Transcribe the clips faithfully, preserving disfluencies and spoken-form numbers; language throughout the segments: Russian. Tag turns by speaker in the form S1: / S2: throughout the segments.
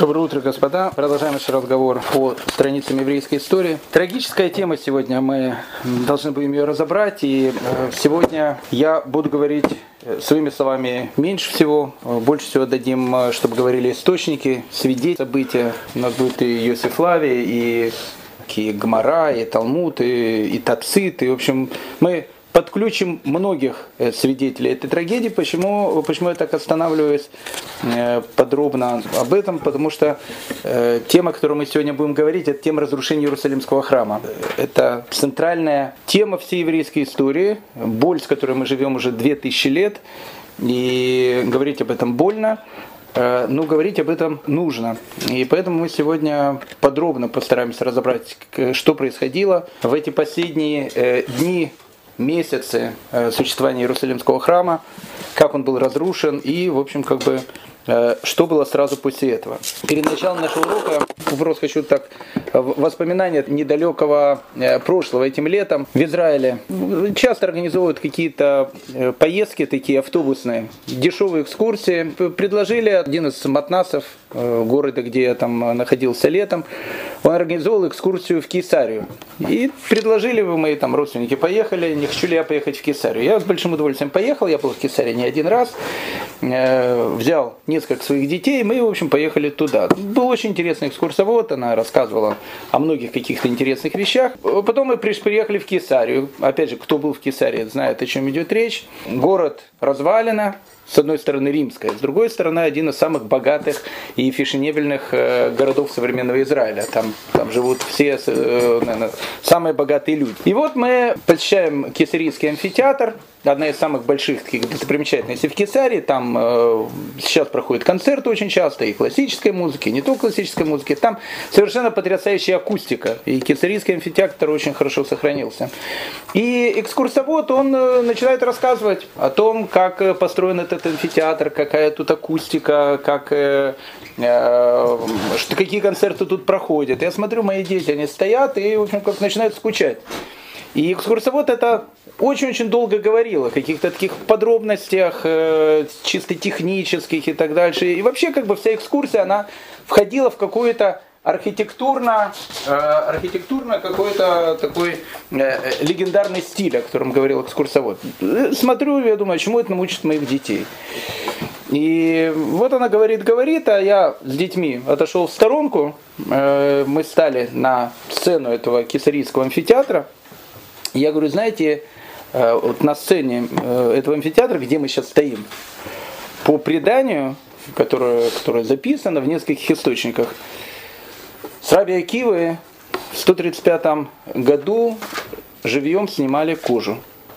S1: Доброе утро, господа. Продолжаем наш разговор по страницам еврейской истории. Трагическая тема сегодня, мы должны будем ее разобрать. И сегодня я буду говорить своими словами меньше всего. Больше всего дадим, чтобы говорили источники, свидетели события. У нас будет и Йосеф Лави, и, и Гмара, и Талмуд, и, и Тацит. И, в общем, мы подключим многих свидетелей этой трагедии. Почему, почему я так останавливаюсь подробно об этом? Потому что э, тема, о которой мы сегодня будем говорить, это тема разрушения Иерусалимского храма. Это центральная тема всей еврейской истории, боль, с которой мы живем уже две тысячи лет. И говорить об этом больно, э, но говорить об этом нужно. И поэтому мы сегодня подробно постараемся разобрать, что происходило в эти последние э, дни, месяцы существования Иерусалимского храма, как он был разрушен и, в общем, как бы, что было сразу после этого. Перед началом нашего урока просто хочу так воспоминания недалекого прошлого. Этим летом в Израиле часто организовывают какие-то поездки такие автобусные, дешевые экскурсии. Предложили один из матнасов города, где я там находился летом, он организовал экскурсию в Кейсарию. И предложили бы мои там родственники, поехали, не хочу ли я поехать в Кейсарию. Я с большим удовольствием поехал, я был в Кейсарии не один раз, взял несколько своих детей, и мы, в общем, поехали туда. Был очень интересный экскурсовод, она рассказывала о многих каких-то интересных вещах. Потом мы приехали в Кейсарию. Опять же, кто был в Кейсарии, знает, о чем идет речь. Город развалина. С одной стороны римская, с другой стороны один из самых богатых и фешенебельных городов современного Израиля. Там, там живут все, наверное, самые богатые люди. И вот мы посещаем Кесарийский амфитеатр, одна из самых больших таких достопримечательностей в Кесарии. Там э, сейчас проходят концерты очень часто, и классической музыки, и не только классической музыки. Там совершенно потрясающая акустика. И Кесарийский амфитеатр очень хорошо сохранился. И экскурсовод, он начинает рассказывать о том, как построен этот амфитеатр, какая тут акустика, как, э, э, что, какие концерты тут проходят. Я смотрю, мои дети, они стоят и, в общем, как начинают скучать. И экскурсовод это очень-очень долго говорил о каких-то таких подробностях, э, чисто технических и так дальше. И вообще, как бы вся экскурсия, она входила в какое-то архитектурно, э, архитектурно какой-то такой э, легендарный стиль, о котором говорил экскурсовод. Смотрю, я думаю, чему это научит моих детей. И вот она говорит, говорит, а я с детьми отошел в сторонку. Э, мы стали на сцену этого Кесарийского амфитеатра. Я говорю, знаете, э, вот на сцене э, этого амфитеатра, где мы сейчас стоим, по преданию, которое, которое записано в нескольких источниках, с Раби Акивы в сто тридцать пятом году живьем снимали кожу.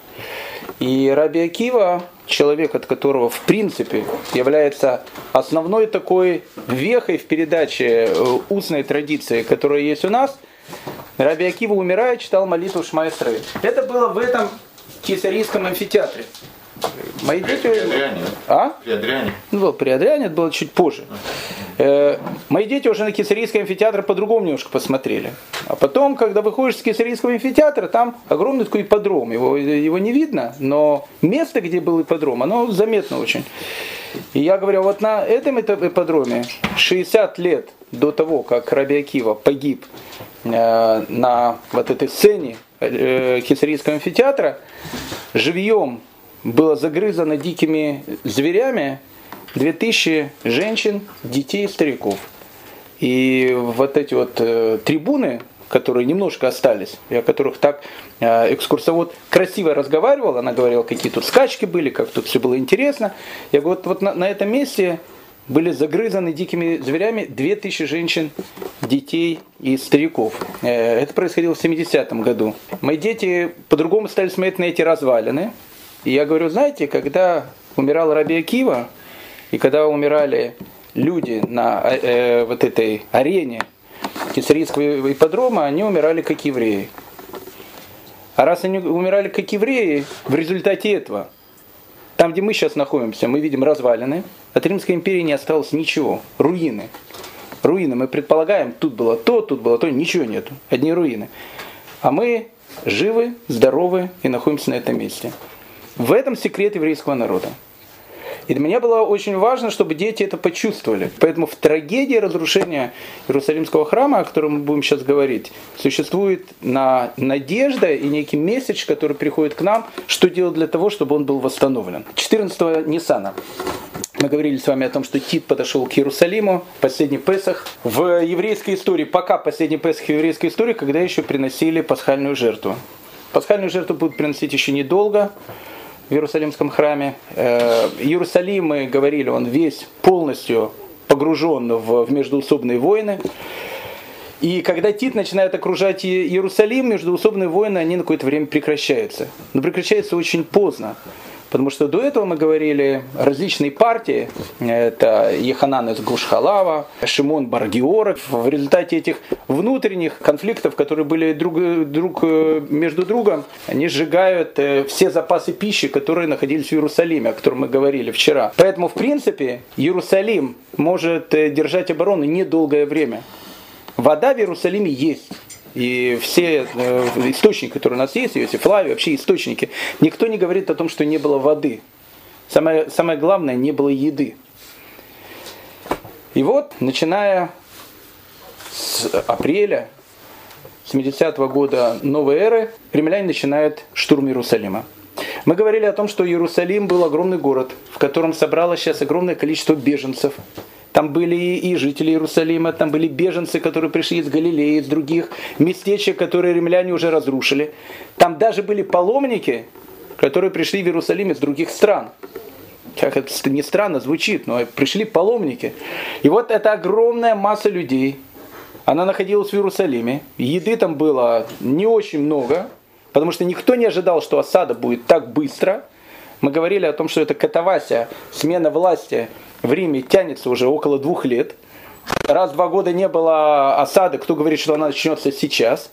S1: И Раби Акива, человек, от которого в принципе является основной такой вехой в передаче устной традиции, которая есть у нас, Раби Акива, умирая, читал молитву Шма Исраэль. Это было в этом Кесарийском амфитеатре. Мои
S2: при,
S1: дети...
S2: при Адриане.
S1: А?
S2: При Адриане.
S1: Ну, при Адриане, это было чуть позже. Э, мои дети уже на Кесарийский амфитеатр по-другому немножко посмотрели. А потом, когда выходишь с Кесарийского амфитеатра, там огромный такой ипподром. Его, его не видно, но место, где был ипподром, оно заметно очень. И я говорю, вот на этом ипподроме шестьдесят лет до того, как Раби Акива погиб э, на вот этой сцене э, Кесарийского амфитеатра, живьем было загрызано дикими зверями две тысячи женщин, детей и стариков. И вот эти вот э, трибуны, которые немножко остались, и о которых так э, экскурсовод красиво разговаривал, она говорила, какие тут скачки были, как тут все было интересно. Я говорю, вот, вот на, на этом месте были загрызаны дикими зверями две тысячи женщин, детей и стариков. Э, это происходило в семидесятом году. Мои дети по-другому стали смотреть на эти развалины. И я говорю, знаете, когда умирал Раби Акива, и когда умирали люди на э, вот этой арене Кесарийского ипподрома, они умирали как евреи. А раз они умирали как евреи, в результате этого, там, где мы сейчас находимся, мы видим развалины, от Римской империи не осталось ничего, руины. Руины, мы предполагаем, тут было то, тут было то, ничего нету, одни руины. А мы живы, здоровы и находимся на этом месте. В этом секрет еврейского народа. И мне было очень важно, чтобы дети это почувствовали. Поэтому в трагедии разрушения Иерусалимского храма, о котором мы будем сейчас говорить, существует на надежда и некий месседж, который приходит к нам, что делать для того, чтобы он был восстановлен. четырнадцатого Ниссана. Мы говорили с вами о том, что Тит подошел к Иерусалиму, последний Песах. В еврейской истории, пока последний Песах в еврейской истории, когда еще приносили пасхальную жертву. Пасхальную жертву будут приносить еще недолго в Иерусалимском храме. Иерусалим, мы говорили, он весь полностью погружен в междоусобные войны. И когда Тит начинает окружать Иерусалим, междоусобные войны, они на какое-то время прекращаются. Но прекращаются очень поздно. Потому что до этого мы говорили различные партии, это Еханан из Гушхалава, Шимон Бар-Геора. В результате этих внутренних конфликтов, которые были друг, друг между другом, они сжигают все запасы пищи, которые находились в Иерусалиме, о котором мы говорили вчера. Поэтому, в принципе, Иерусалим может держать оборону недолгое время. Вода в Иерусалиме есть. И все э, источники, которые у нас есть, Иосиф Флавий, вообще источники, никто не говорит о том, что не было воды. Самое, самое главное, не было еды. И вот, начиная с апреля семидесятого года новой эры, римляне начинают штурм Иерусалима. Мы говорили о том, что Иерусалим был огромный город, в котором собралось сейчас огромное количество беженцев. Там были и жители Иерусалима, там были беженцы, которые пришли из Галилеи, из других местечек, которые римляне уже разрушили. Там даже были паломники, которые пришли в Иерусалим из других стран. Как это не странно звучит, но пришли паломники. И вот эта огромная масса людей, она находилась в Иерусалиме. Еды там было не очень много, потому что никто не ожидал, что осада будет так быстро. Мы говорили о том, что это катавасия, смена власти в Риме тянется уже около двух лет. Раз в два года не было осады, кто говорит, что она начнется сейчас.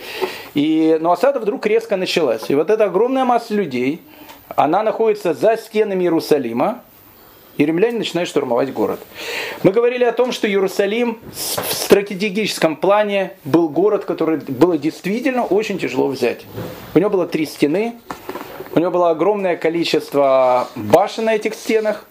S1: И, но осада вдруг резко началась. И вот эта огромная масса людей, она находится за стенами Иерусалима, и римляне начинают штурмовать город. Мы говорили о том, что Иерусалим в стратегическом плане был город, который было действительно очень тяжело взять. У него было три стены, у него было огромное количество башен на этих стенах.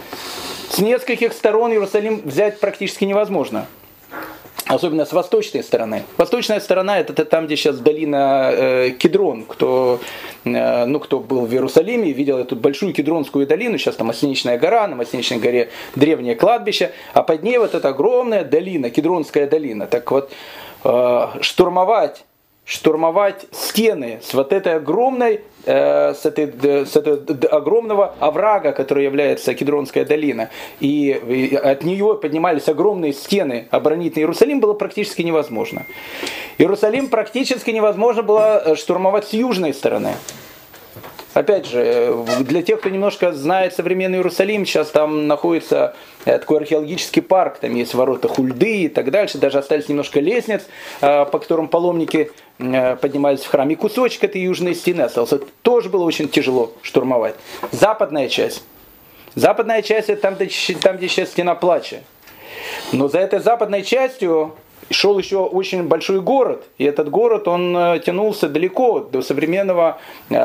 S1: С нескольких сторон Иерусалим взять практически невозможно. Особенно с восточной стороны. Восточная сторона это там, где сейчас долина э, Кедрон. Кто, э, ну, кто был в Иерусалиме, видел эту большую Кедронскую долину. Сейчас там Масляничная гора, на Масляничной горе древнее кладбище. А под ней вот эта огромная долина, Кедронская долина. Так вот, э, штурмовать штурмовать стены с вот этой огромной, э, с, этой, с этого огромного оврага, который является Кедронская долина, и, и от нее поднимались огромные стены оборонить Иерусалим, было практически невозможно. Иерусалим практически невозможно было штурмовать с южной стороны. Опять же, для тех, кто немножко знает современный Иерусалим, сейчас там находится такой археологический парк, там есть ворота Хульды и так дальше, даже остались немножко лестниц, по которым паломники поднимались в храм. И кусочек этой южной стены остался. Тоже было очень тяжело штурмовать. Западная часть. Западная часть это там, где, там, где сейчас стена плача. Но за этой западной частью шел еще очень большой город, и этот город, он тянулся далеко, до современного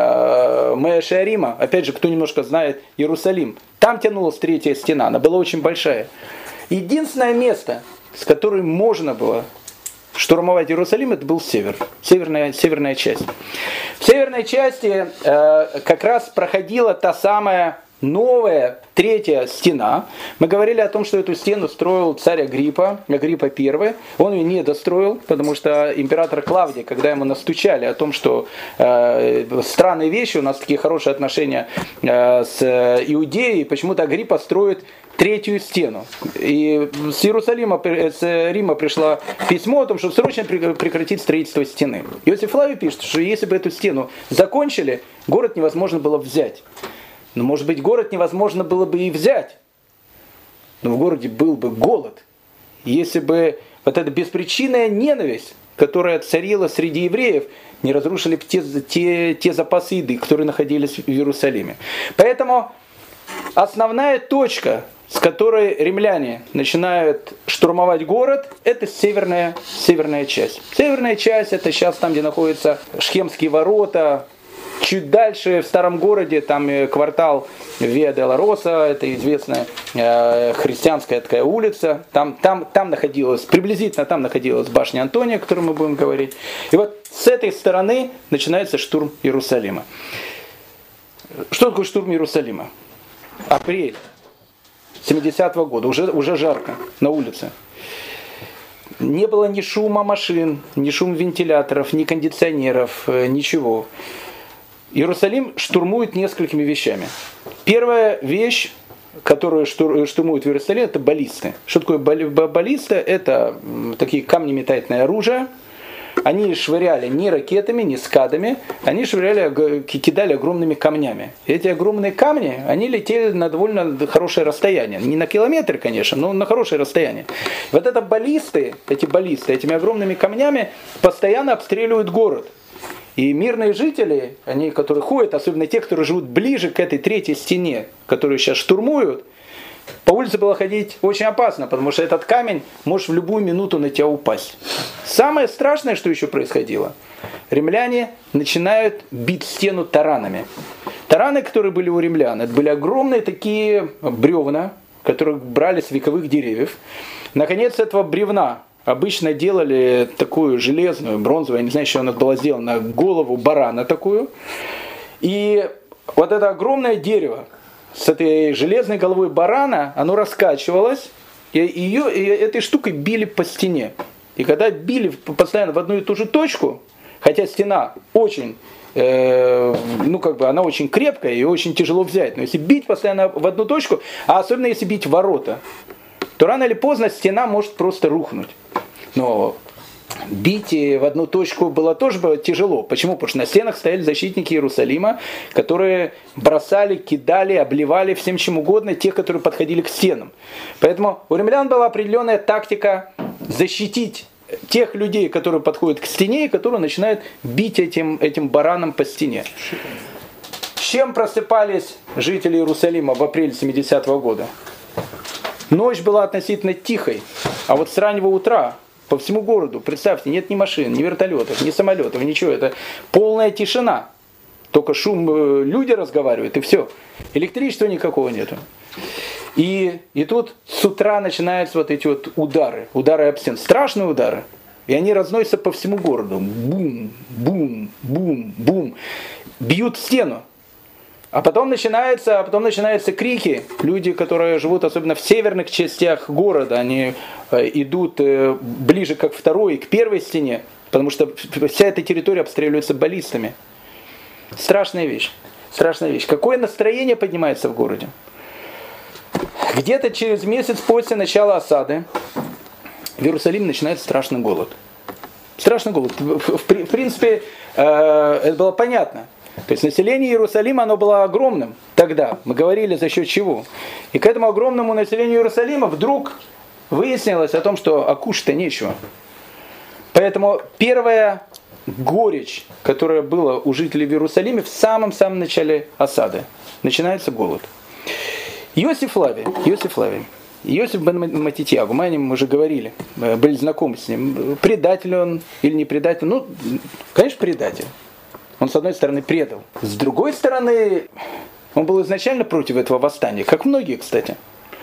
S1: э, Меа-Шеарима. Опять же, кто немножко знает Иерусалим. Там тянулась третья стена, она была очень большая. Единственное место, с которым можно было штурмовать Иерусалим, это был север, северная, северная часть. В северной части э, как раз проходила та самая новая третья стена. Мы говорили о том, что эту стену строил царь Агриппа, Агриппа I. Он ее не достроил, потому что император Клавдий, когда ему настучали о том, что э, странные вещи, у нас такие хорошие отношения э, с Иудеей, почему-то Агриппа строит третью стену. И с Иерусалима, с Рима пришло письмо о том, что срочно прекратить строительство стены. Иосиф Флавий пишет, что если бы эту стену закончили, город невозможно было взять. Но, может быть, город невозможно было бы и взять. Но в городе был бы голод. Если бы вот эта беспричинная ненависть, которая царила среди евреев, не разрушили бы те, те, те запасы еды, которые находились в Иерусалиме. Поэтому основная точка, с которой римляне начинают штурмовать город, это северная, северная часть. Северная часть это сейчас там, где находятся Шхемские ворота, Чуть дальше, в старом городе, там квартал Виа де ла Роса, это известная э, христианская такая улица. Там, там, там находилась, приблизительно там находилась башня Антония, о которой мы будем говорить. И вот с этой стороны начинается штурм Иерусалима. Что такое штурм Иерусалима? Апрель семидесятого года, уже, уже жарко на улице. Не было ни шума машин, ни шума вентиляторов, ни кондиционеров, ничего. Иерусалим штурмует несколькими вещами. Первая вещь, которую штурмуют в Иерусалиме, это баллисты. Что такое баллисты? Это такие камнеметательные оружия. Они швыряли не ракетами, не скадами, они швыряли, кидали огромными камнями. Эти огромные камни, они летели на довольно хорошее расстояние. Не на километры, конечно, но на хорошее расстояние. Вот это баллисты, эти баллисты, этими огромными камнями постоянно обстреливают город. И мирные жители, они, которые ходят, особенно те, которые живут ближе к этой третьей стене, которую сейчас штурмуют, по улице было ходить очень опасно, потому что этот камень может в любую минуту на тебя упасть. Самое страшное, что еще происходило, римляне начинают бить стену таранами. Тараны, которые были у римлян, это были огромные такие бревна, которые брали с вековых деревьев. Наконец этого бревна обычно делали такую железную, бронзовую, я не знаю, что она была сделана, голову барана такую. И вот это огромное дерево с этой железной головой барана, оно раскачивалось, и, ее, и этой штукой били по стене. И когда били постоянно в одну и ту же точку, хотя стена очень, э, ну как бы она очень крепкая и очень тяжело взять, но если бить постоянно в одну точку, а особенно если бить в ворота, то рано или поздно стена может просто рухнуть. Но бить в одну точку было тоже было тяжело. Почему? Потому что на стенах стояли защитники Иерусалима, которые бросали, кидали, обливали всем чем угодно тех, которые подходили к стенам. Поэтому у римлян была определенная тактика защитить тех людей, которые подходят к стене и которые начинают бить этим, этим бараном по стене. С чем просыпались жители Иерусалима в апреле семидесятого года? Ночь была относительно тихой, а вот с раннего утра по всему городу, представьте, нет ни машин, ни вертолетов, ни самолетов, ничего. Это полная тишина. Только шум, люди разговаривают, и все. Электричества никакого нету. И, и тут с утра начинаются вот эти вот удары. Удары об стену. Страшные удары. И они разносятся по всему городу. Бум, бум, бум, бум. Бьют в стену. А потом начинаются, а потом начинаются крики. Люди, которые живут особенно в северных частях города, они идут ближе к второй, к первой стене, потому что вся эта территория обстреливается баллистами. Страшная вещь. Страшная вещь. Какое настроение поднимается в городе? Где-то через месяц после начала осады в Иерусалиме начинается страшный голод. Страшный голод. В принципе, это было понятно. То есть население Иерусалима, оно было огромным тогда. Мы говорили, за счет чего. И к этому огромному населению Иерусалима вдруг выяснилось о том, что а кушать-то нечего. Поэтому первая горечь, которая была у жителей в Иерусалиме в самом-самом начале осады. Начинается голод. Иосиф Флавий, Иосиф Флавий, Иосиф бен Матитьягу, мы о нем уже говорили, были знакомы с ним. Предатель он или не предатель? Ну, конечно, предатель. Он, с одной стороны, предал. С другой стороны, он был изначально против этого восстания, как многие, кстати.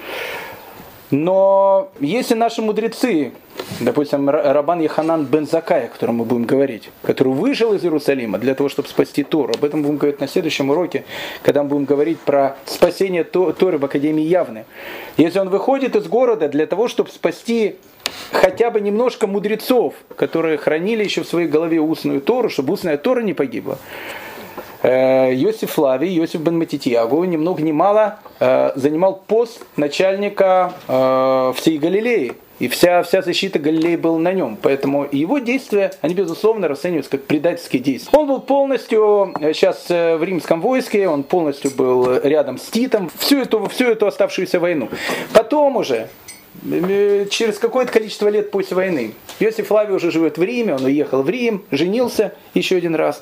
S1: Но если наши мудрецы, допустим, Рабан Йоханан бен Заккай, о котором мы будем говорить, который выжил из Иерусалима для того, чтобы спасти Тору, об этом будем говорить на следующем уроке, когда мы будем говорить про спасение Торы в Академии Явны. Если он выходит из города для того, чтобы спасти хотя бы немножко мудрецов, которые хранили еще в своей голове устную Тору, чтобы устная Тора не погибла, Иосиф Флавий, Иосиф бен Матитьягу, ни много ни мало занимал пост начальника всей Галилеи. И вся, вся защита Галилеи была на нем. Поэтому его действия, они безусловно расцениваются как предательские действия. Он был полностью сейчас в римском войске, он полностью был рядом с Титом, всю эту, всю эту оставшуюся войну. Потом уже, через какое-то количество лет после войны. Иосиф Флавий уже живет в Риме, он уехал в Рим, женился еще один раз,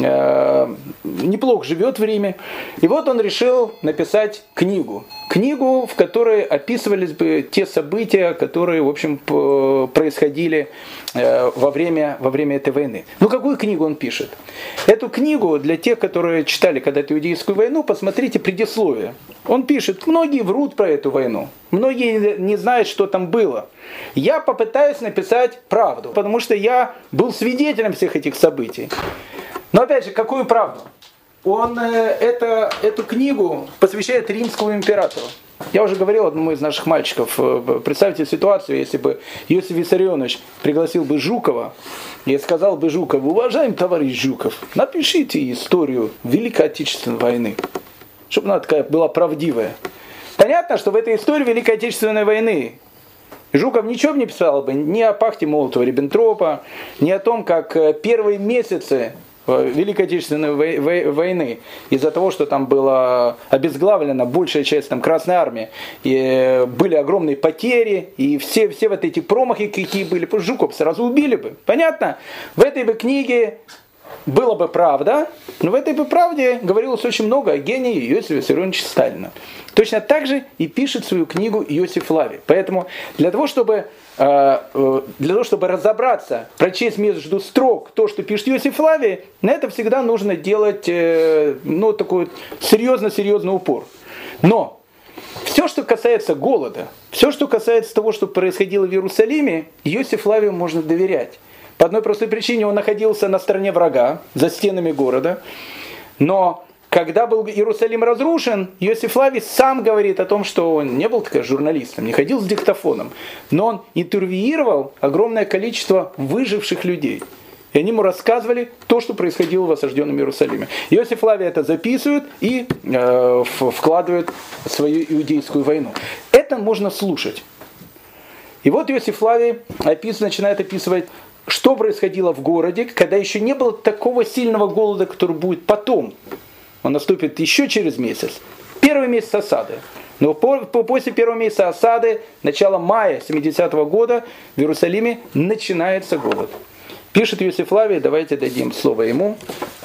S1: э, неплохо живет в Риме. И вот он решил написать книгу. Книгу, в которой описывались бы те события, которые, в общем, происходили э, во время, во время этой войны. Ну, какую книгу он пишет? Эту книгу, для тех, которые читали когда-то Иудейскую войну, посмотрите предисловие. Он пишет, многие врут про эту войну, многие не знают, что там было. Я попытаюсь написать правду, потому что я был свидетелем всех этих событий. Но опять же, какую правду? Он э, это, эту книгу посвящает римскому императору. Я уже говорил одному из наших мальчиков, э, представьте ситуацию, если бы Иосиф Виссарионович пригласил бы Жукова и сказал бы Жукову: уважаемый товарищ Жуков, напишите историю Великой Отечественной войны, чтобы она такая была правдивая. Понятно, что в этой истории Великой Отечественной войны Жуков ничего бы не писал бы ни о пакте Молотова-Риббентропа, ни о том, как первые месяцы Великой Отечественной войны, из-за того, что там была обезглавлена большая часть там, Красной Армии, и были огромные потери, и все, все вот эти промахи, какие были, Жуков сразу убили бы. Понятно? В этой бы книге было бы правда, но в этой бы правде говорилось очень много о гении Иосифа Виссарионовича Сталина. Точно так же и пишет свою книгу Иосиф Флавий. Поэтому для того, чтобы, для того, чтобы разобраться, прочесть между строк то, что пишет Иосиф Флавий, на это всегда нужно делать ну, такой серьезно-серьезный упор. Но все, что касается голода, все, что касается того, что происходило в Иерусалиме, Иосифу Флавию можно доверять. По одной простой причине: он находился на стороне врага, за стенами города. Но когда был Иерусалим разрушен, Иосиф Флавий сам говорит о том, что он не был таким журналистом, не ходил с диктофоном, но он интервьюировал огромное количество выживших людей. И они ему рассказывали то, что происходило в осажденном Иерусалиме. Иосиф Флавий это записывает и э, вкладывает в свою иудейскую войну. Это можно слушать. И вот Иосиф Флавий опис, начинает описывать, что происходило в городе, когда еще не было такого сильного голода, который будет потом. Он наступит еще через месяц. Первый месяц осады. Но по, по, после первого месяца осады, начала мая семидесятого года, в Иерусалиме начинается голод. Пишет Иосиф Флавий, давайте дадим слово ему.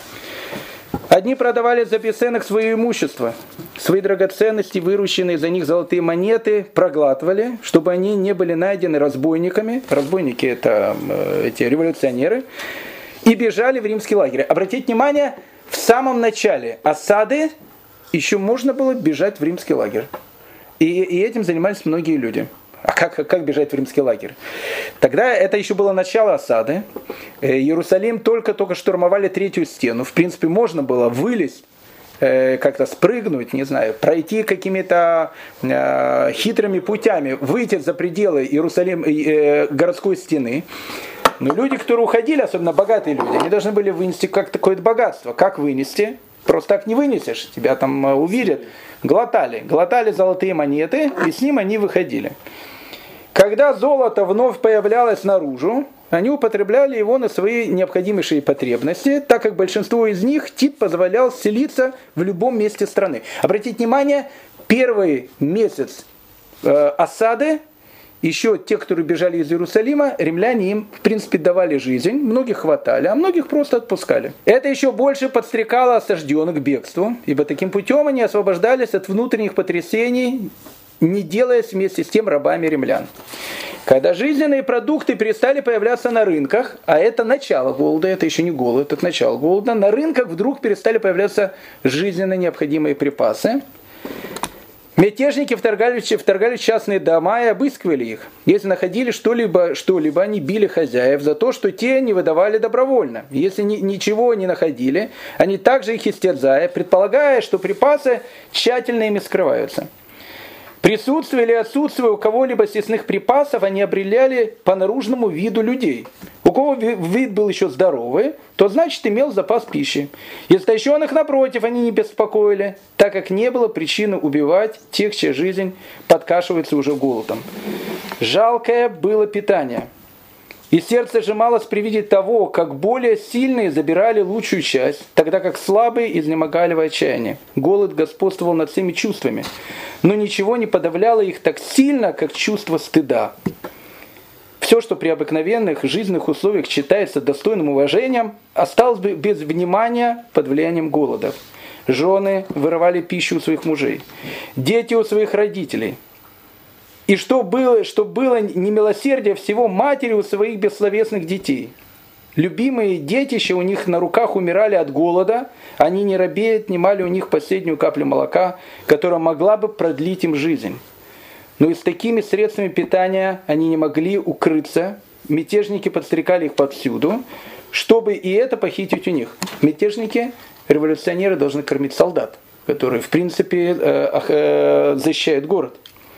S1: Одни продавали за бесценок свое имущество, свои драгоценности, вырученные за них золотые монеты, проглатывали, чтобы они не были найдены разбойниками. Разбойники — это эти революционеры. И бежали в римский лагерь. Обратите внимание, в самом начале осады еще можно было бежать в римский лагерь. И, и этим занимались многие люди. А как, как бежать в римский лагерь? Тогда это еще было начало осады. Иерусалим только-только штурмовали третью стену. В принципе, можно было вылезть, как-то спрыгнуть, не знаю, пройти какими-то хитрыми путями, выйти за пределы Иерусалим, городской стены. Но люди, которые уходили, особенно богатые люди, они должны были вынести как такое-то богатство. Как вынести? Просто так не вынесешь, тебя там увидят. Глотали. Глотали золотые монеты, и с ним они выходили. Когда золото вновь появлялось наружу, они употребляли его на свои необходимейшие потребности, так как большинство из них Тит позволял селиться в любом месте страны. Обратите внимание, первый месяц э, осады, еще те, которые бежали из Иерусалима, римляне им, в принципе, давали жизнь, многих хватали, а многих просто отпускали. Это еще больше подстрекало осажденных к бегству, ибо таким путем они освобождались от внутренних потрясений, не делаясь вместе с тем рабами римлян. Когда жизненные продукты перестали появляться на рынках, а это начало голода, это еще не голод, это начало голода, на рынках вдруг перестали появляться жизненно необходимые припасы. Мятежники вторгались, вторгались в частные дома и обыскивали их. Если находили что-либо, что-либо, они били хозяев за то, что те не выдавали добровольно. Если ни, ничего не находили, они также их истязая, предполагая, что припасы тщательно ими скрываются. Присутствие или отсутствие у кого-либо съестных припасов они определяли по наружному виду людей. У кого вид был еще здоровый, то значит имел запас пищи. Истощенных, напротив, они не беспокоили, так как не было причины убивать тех, чья жизнь подкашивается уже голодом. Жалкое было питание. И сердце сжималось при виде того, как более сильные забирали лучшую часть, тогда как слабые изнемогали в отчаянии. Голод господствовал над всеми чувствами, но ничего не подавляло их так сильно, как чувство стыда. Все, что при обыкновенных жизненных условиях считается достойным уважением, осталось бы без внимания под влиянием голода. Жены вырывали пищу у своих мужей, дети у своих родителей. И что было, что было немилосердие всего матери у своих бессловесных детей. Любимые детища у них на руках умирали от голода, они не робея отнимали у них последнюю каплю молока, которая могла бы продлить им жизнь. Но и с такими средствами питания они не могли укрыться, мятежники подстрекали их повсюду, чтобы и это похитить у них. Мятежники, революционеры должны кормить солдат, которые в принципе защищают город.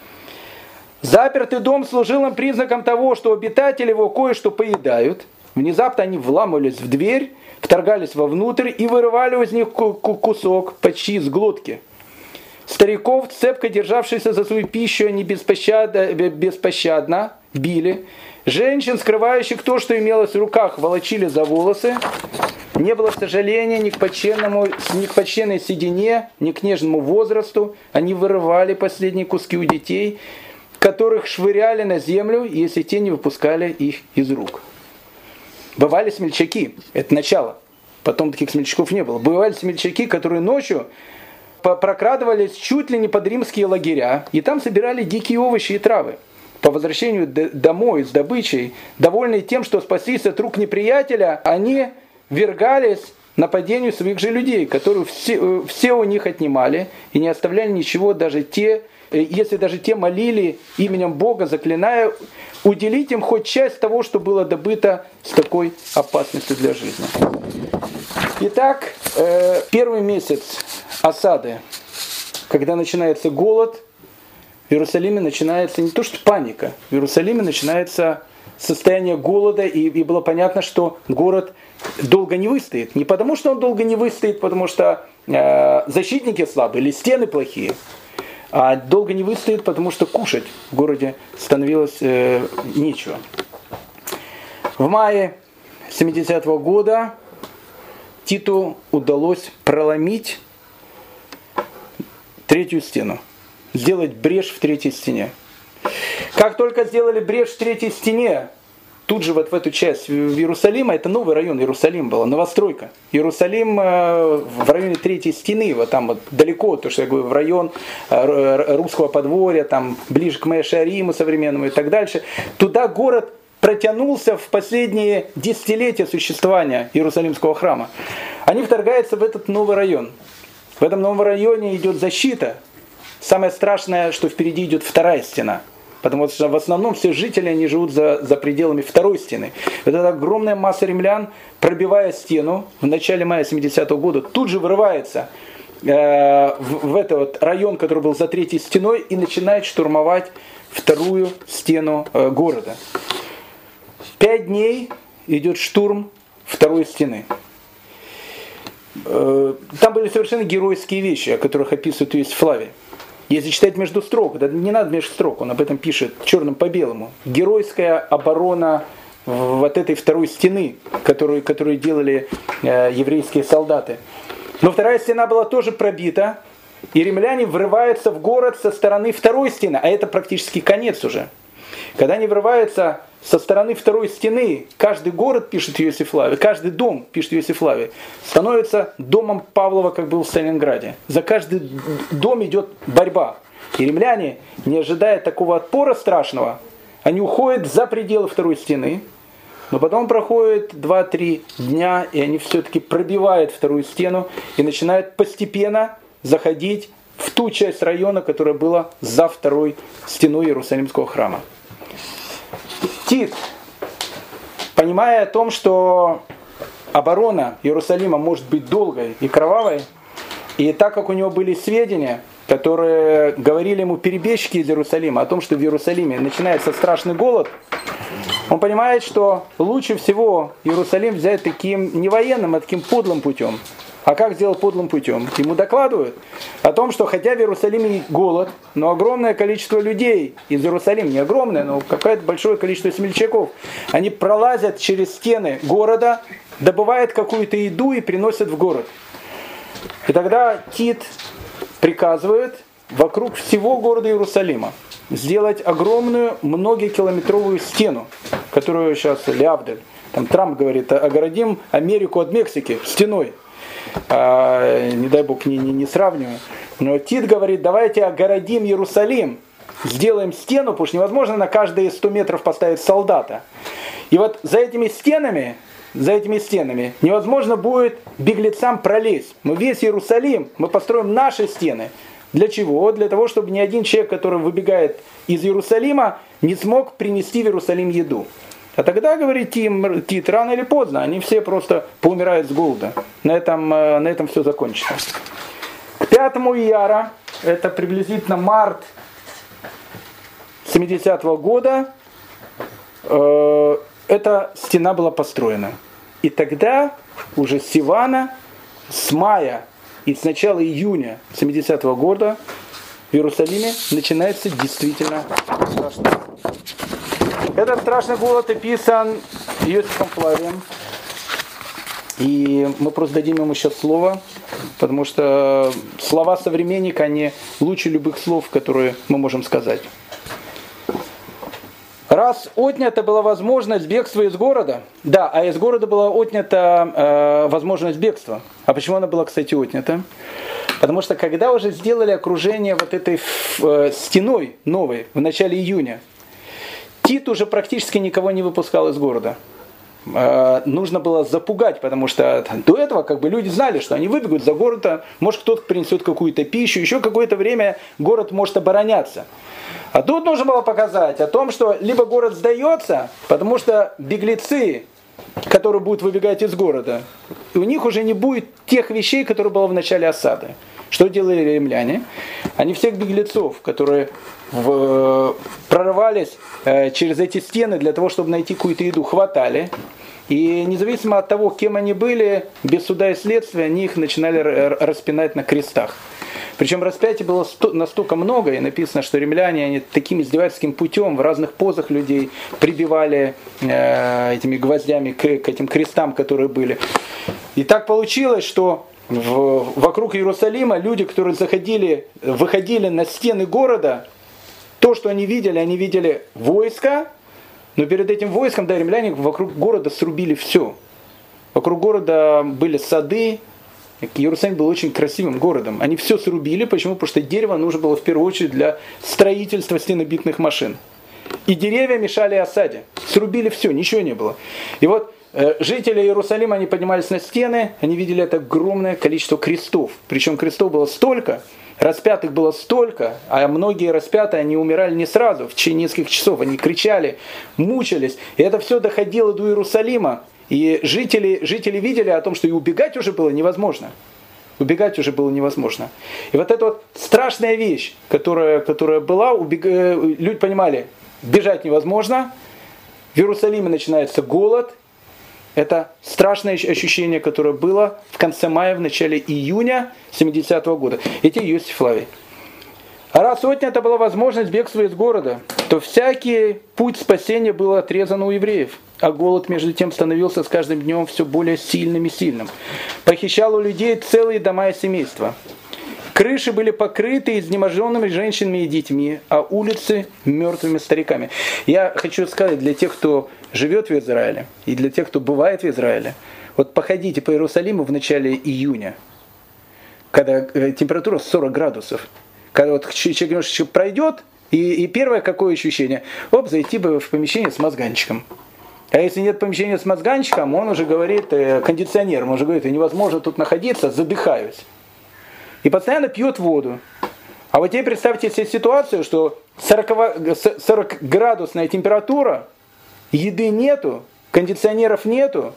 S1: Запертый дом служил им признаком того, что обитатели его кое-что поедают. Внезапно они вламывались в дверь, вторгались вовнутрь и вырывали из них кусок почти из глотки. Стариков, цепко державшихся за свою пищу, они беспощадно, беспощадно били. Женщин, скрывающих то, что имелось в руках, волочили за волосы. Не было сожаления ни к почтенному, ни к почтенной седине, ни к нежному возрасту. Они вырывали последние куски у детей, которых швыряли на землю, если те не выпускали их из рук. Бывали смельчаки, это начало, потом таких смельчаков не было. Бывали смельчаки, которые ночью прокрадывались чуть ли не под римские лагеря, и там собирали дикие овощи и травы. По возвращению домой с добычей, довольные тем, что спаслись от рук неприятеля, они ввергались нападению своих же людей, которые все, все у них отнимали, и не оставляли ничего, даже те, если даже те молили именем Бога, заклиная уделить им хоть часть того, что было добыто с такой опасностью для жизни. Итак, первый месяц осады, когда начинается голод, в Иерусалиме начинается не то что паника, в Иерусалиме начинается состояние голода, и, и было понятно, что город долго не выстоит. Не потому, что он долго не выстоит, потому что э, защитники слабые или стены плохие, а долго не выстоит, потому что кушать в городе становилось э, нечего. В мае семидесятого года Титу удалось проломить третью стену, сделать брешь в третьей стене. Как только сделали брешь в третьей стене, тут же вот в эту часть в Иерусалима, это новый район Иерусалим была, новостройка. Иерусалим в районе третьей стены, вот там вот далеко, то что я говорю, в район русского подворья, там ближе к Меа-Шаариму современному и так дальше. Туда город протянулся в последние десятилетия существования Иерусалимского храма. Они вторгаются в этот новый район. В этом новом районе идет защита. Самое страшное, что впереди идет вторая стена. Потому что в основном все жители они живут за, за пределами второй стены. Вот эта огромная масса римлян, пробивая стену в начале мая семидесятого года, тут же вырывается э, в, в этот вот район, который был за третьей стеной, и начинает штурмовать вторую стену э, города. Пять дней идет штурм второй стены. Э, там были совершенно геройские вещи, о которых описывает Иосиф Флавий. Если читать между строк, да не надо между строк, он об этом пишет черным по белому. Геройская оборона вот этой второй стены, которую, которую делали э, еврейские солдаты. Но вторая стена была тоже пробита, и римляне врываются в город со стороны второй стены, а это практически конец уже. Когда они врываются со стороны второй стены, каждый город, пишет Иосиф Флавий, каждый дом, пишет Иосиф Флавий, становится домом Павлова, как был в Сталинграде. За каждый дом идет борьба. И римляне, не ожидая такого отпора страшного, они уходят за пределы второй стены, но потом проходит два-три дня, и они все-таки пробивают вторую стену и начинают постепенно заходить в ту часть района, которая была за второй стеной Иерусалимского храма. Тит, понимая о том, что оборона Иерусалима может быть долгой и кровавой, и так как у него были сведения, которые говорили ему перебежчики из Иерусалима о том, что в Иерусалиме начинается страшный голод, он понимает, что лучше всего Иерусалим взять таким не военным, а таким подлым путем. А как сделал подлым путем? Ему докладывают о том, что хотя в Иерусалиме голод, но огромное количество людей из Иерусалима, не огромное, но какое-то большое количество смельчаков, они пролазят через стены города, добывают какую-то еду и приносят в город. И тогда Тит приказывает вокруг всего города Иерусалима сделать огромную многокилометровую стену, которую сейчас Лявдель, там Трамп говорит, огородим Америку от Мексики стеной. А, не дай бог не, не, не сравниваю. Но Тит говорит, давайте огородим Иерусалим, сделаем стену, потому что невозможно на каждые сто метров поставить солдата. И вот за этими стенами, за этими стенами невозможно будет беглецам пролезть. Мы весь Иерусалим, мы построим наши стены. Для чего? Для того, чтобы ни один человек, который выбегает из Иерусалима, не смог принести в Иерусалим еду. А тогда, говорит Тит, рано или поздно, они все просто поумирают с голода. На этом, на этом все закончится. К пятому Ияра, это приблизительно март семидесятого года, э, эта стена была построена. И тогда уже с Сивана, с мая и с начала июня семидесятого года в Иерусалиме начинается действительно страшный голод. Этот страшный голод описан Иосифом Флавием. И мы просто дадим ему сейчас слово, потому что слова современника, они лучше любых слов, которые мы можем сказать. Раз отнята была возможность бегства из города, да, а из города была отнята э, возможность бегства. А почему она была, кстати, отнята? Потому что когда уже сделали окружение вот этой э, стеной новой в начале июня, Тит уже практически никого не выпускал из города. Э, нужно было запугать, потому что до этого как бы люди знали, что они выбегут за город, может кто-то принесет какую-то пищу, еще какое-то время город может обороняться. А тут нужно было показать о том, что либо город сдается, потому что беглецы, которые будут выбегать из города, у них уже не будет тех вещей, которые было в начале осады. Что делали римляне? Они всех беглецов, которые в, прорывались э, через эти стены для того, чтобы найти какую-то еду, хватали. И независимо от того, кем они были, без суда и следствия, они их начинали распинать на крестах. Причем распятий было настолько много, и написано, что римляне они таким издевательским путем в разных позах людей прибивали э, этими гвоздями к, к этим крестам, которые были. И так получилось, что в, вокруг Иерусалима люди, которые заходили, выходили на стены города, то, что они видели, они видели войско, но перед этим войском, да, римляне вокруг города срубили все. Вокруг города были сады. Иерусалим был очень красивым городом. Они все срубили. Почему? Потому что дерево нужно было в первую очередь для строительства стенобитных машин. И деревья мешали осаде. Срубили все, ничего не было. И вот э, жители Иерусалима, они поднимались на стены, они видели это огромное количество крестов. Причем крестов было столько, распятых было столько, а многие распятые, они умирали не сразу, в течение нескольких часов. Они кричали, мучились. И это все доходило до Иерусалима. И жители, жители видели о том, что и убегать уже было невозможно. Убегать уже было невозможно. И вот эта вот страшная вещь, которая, которая была, убег... люди понимали, бежать невозможно. В Иерусалиме начинается голод. Это страшное ощущение, которое было в конце мая, в начале июня семидесятого года. Это Иосиф Флавий. А раз отнята была возможность бегства из города, то всякий путь спасения был отрезан у евреев. А голод, между тем, становился с каждым днем все более сильным и сильным. Похищал у людей целые дома и семейства. Крыши были покрыты изнеможенными женщинами и детьми, а улицы мертвыми стариками. Я хочу сказать для тех, кто живет в Израиле, и для тех, кто бывает в Израиле, вот походите по Иерусалиму в начале июня, когда температура сорок градусов. Когда вот человек немножко пройдет, и, и первое какое ощущение, оп, зайти бы в помещение с мозганчиком. А если нет помещения с мозганчиком, он уже говорит, э, кондиционером, он уже говорит, невозможно тут находиться, задыхаюсь. И постоянно пьет воду. А вот теперь представьте себе ситуацию, что сорокаградусная температура, еды нету, кондиционеров нету,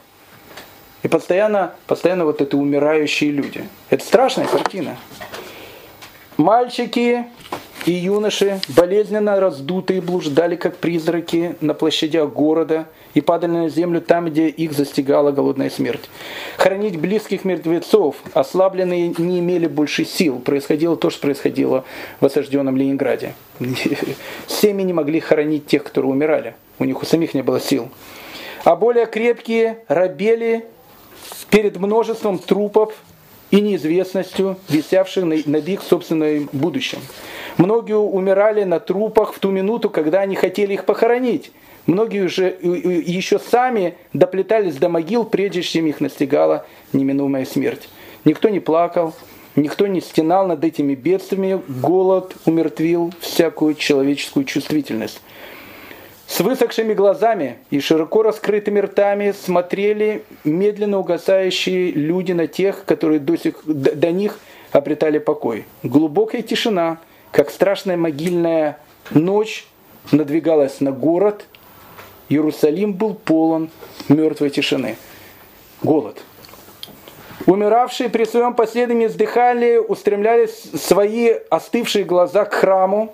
S1: и постоянно, постоянно вот это умирающие люди. Это страшная картина. Мальчики и юноши, болезненно раздутые, блуждали, как призраки, на площадях города и падали на землю там, где их застигала голодная смерть. Хоронить близких мертвецов, ослабленные не имели больше сил. Происходило то, что происходило в осажденном Ленинграде. Семьи не могли хоронить тех, которые умирали. У них у самих не было сил. А более крепкие робели перед множеством трупов и неизвестностью, висевших над их собственным будущим. Многие умирали на трупах в ту минуту, когда они хотели их похоронить. Многие уже еще сами доплетались до могил, прежде чем их настигала неминуемая смерть. Никто не плакал, никто не стенал над этими бедствиями. Голод умертвил всякую человеческую чувствительность. С высохшими глазами и широко раскрытыми ртами смотрели медленно угасающие люди на тех, которые до, сих, до, до них обретали покой. Глубокая тишина, как страшная могильная ночь, надвигалась на город. Иерусалим был полон мертвой тишины. Голод. Умиравшие при своем последнем издыхании устремляли свои остывшие глаза к храму.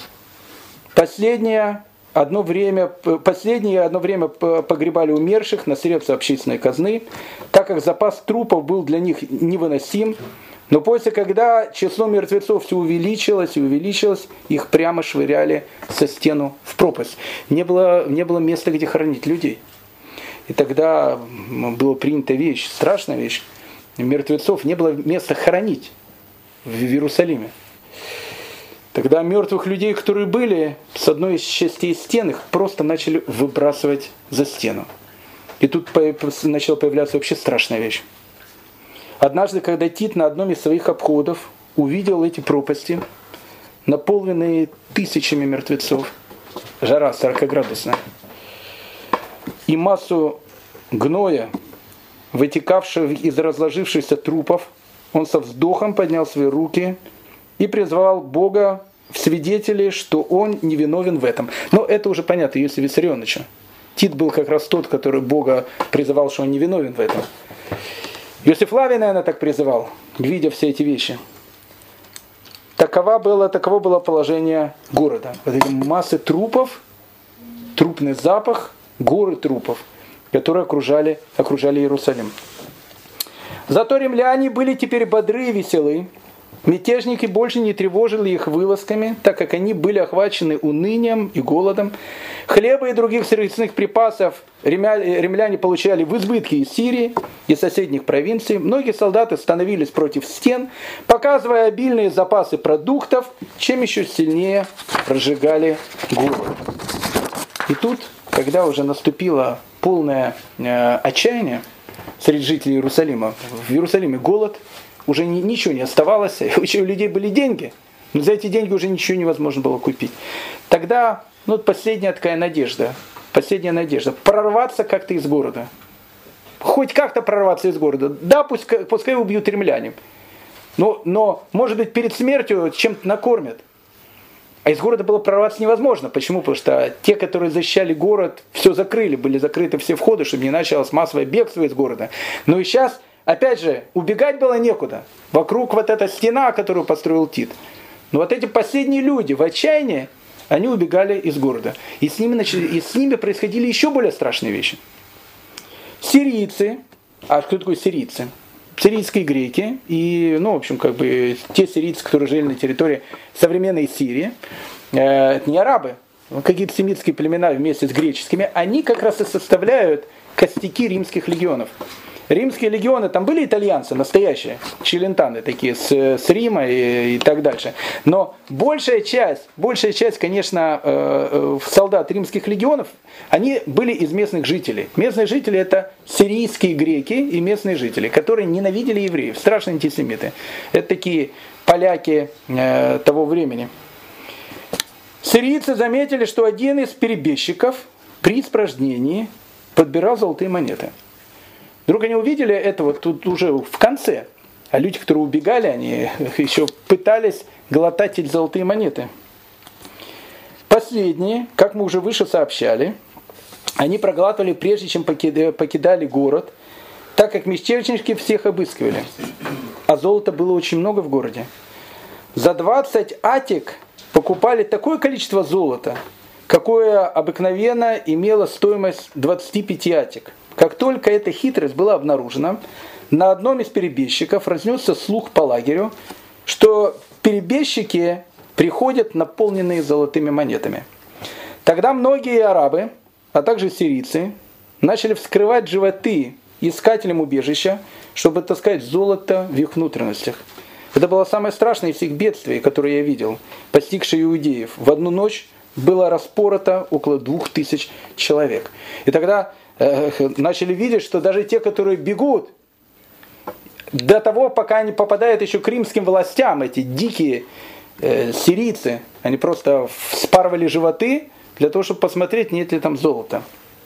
S1: Последнее... Одно время, последние одно время погребали умерших на средства общественной казны, так как запас трупов был для них невыносим. Но после, когда число мертвецов все увеличилось и увеличилось, их прямо швыряли со стену в пропасть. Не было, не было места, где хоронить людей. И тогда была принята вещь, страшная вещь. Мертвецов не было места хоронить в Иерусалиме. Тогда мертвых людей, которые были с одной из частей стен, их просто начали выбрасывать за стену. И тут начала появляться вообще страшная вещь. Однажды, когда Тит на одном из своих обходов увидел эти пропасти, наполненные тысячами мертвецов, жара сорокаградусная, и массу гноя, вытекавшего из разложившихся трупов, он со вздохом поднял свои руки и призвал Бога в свидетели, что он невиновен в этом. Но это уже понятно Иосифа Виссарионовича. Тит был как раз тот, который Бога призывал, что он невиновен в этом. Иосиф Флавий, наверное, так призывал, видя все эти вещи. Таково было, таково было положение города. Вот эти массы трупов, трупный запах, горы трупов, которые окружали, окружали Иерусалим. Зато римляне были теперь бодры и веселы. Мятежники больше не тревожили их вылазками, так как они были охвачены унынием и голодом. Хлеба и других сырьевых припасов римляне получали в избытке из Сирии и соседних провинций. Многие солдаты становились против стен, показывая обильные запасы продуктов, чем еще сильнее разжигали голод. И тут, когда уже наступило полное э, отчаяние среди жителей Иерусалима, в Иерусалиме голод, уже ни, ничего не оставалось, у людей были деньги, но за эти деньги уже ничего невозможно было купить. Тогда, ну, последняя такая надежда, последняя надежда, прорваться как-то из города. Хоть как-то прорваться из города. Да, пусть, пускай убьют римляне, но, но, может быть, перед смертью чем-то накормят. А из города было прорваться невозможно. Почему? Потому что те, которые защищали город, все закрыли, были закрыты все входы, чтобы не началось массовое бегство из города. Но и сейчас... Опять же, убегать было некуда. Вокруг вот эта стена, которую построил Тит. Но вот эти последние люди в отчаянии, они убегали из города. И с ними, начали, и с ними происходили еще более страшные вещи. Сирийцы, а кто такой сирийцы? Сирийские греки и, ну, в общем, как бы те сирийцы, которые жили на территории современной Сирии, э, это не арабы, какие-то семитские племена вместе с греческими, они как раз и составляют костяки римских легионов. Римские легионы, там были итальянцы настоящие, челентаны такие, с, с Рима и, и так дальше. Но большая часть, большая часть, конечно, э, солдат римских легионов, они были из местных жителей. Местные жители — это сирийские греки и местные жители, которые ненавидели евреев, страшные антисемиты. Это такие поляки э, того времени. Сирийцы заметили, что один из перебежчиков при испражнении подбирал золотые монеты. Вдруг они увидели это вот тут уже в конце. А люди, которые убегали, они еще пытались глотать эти золотые монеты. Последние, как мы уже выше сообщали, они проглатывали прежде, чем покидали город, так как мятежники всех обыскивали. А золота было очень много в городе. За двадцать атик покупали такое количество золота, какое обыкновенно имело стоимость двадцати пяти атик. Как только эта хитрость была обнаружена, на одном из перебежчиков разнесся слух по лагерю, что перебежчики приходят наполненные золотыми монетами. Тогда многие арабы, а также сирийцы, начали вскрывать животы искателям убежища, чтобы таскать золото в их внутренностях. Это было самое страшное из всех бедствий, которые я видел, постигшие иудеев. В одну ночь было распорото около двух тысяч человек. И тогда э, начали видеть, что даже те, которые бегут, до того, пока они попадают еще к римским властям, эти дикие э, сирийцы, они просто вспарывали животы для того, чтобы посмотреть, нет ли там золота.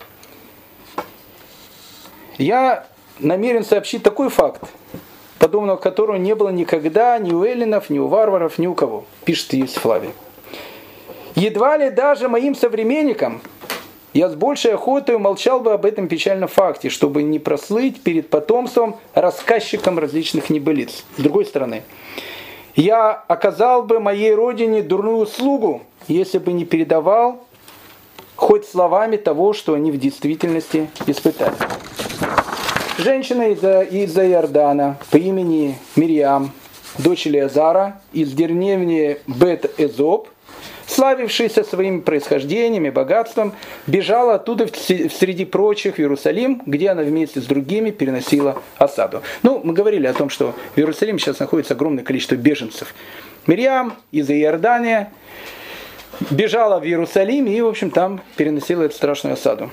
S1: Я намерен сообщить такой факт, подобного которого не было никогда ни у эллинов, ни у варваров, ни у кого, пишет Иосиф Флавий. Едва ли даже моим современникам я с большей охотой умолчал бы об этом печальном факте, чтобы не прослыть перед потомством рассказчиком различных небылиц. С другой стороны, я оказал бы моей родине дурную услугу, если бы не передавал хоть словами того, что они в действительности испытали. Женщина из-за из Иордана по имени Мирьям, дочь Элиазара, из деревни Бет-Эзоп, славившаяся своим происхождением и богатством, бежала оттуда среди прочих в Иерусалим, где она вместе с другими переносила осаду. Ну, мы говорили о том, что в Иерусалиме сейчас находится огромное количество беженцев. Мирьям из Иордания бежала в Иерусалим и, в общем, там переносила эту страшную осаду.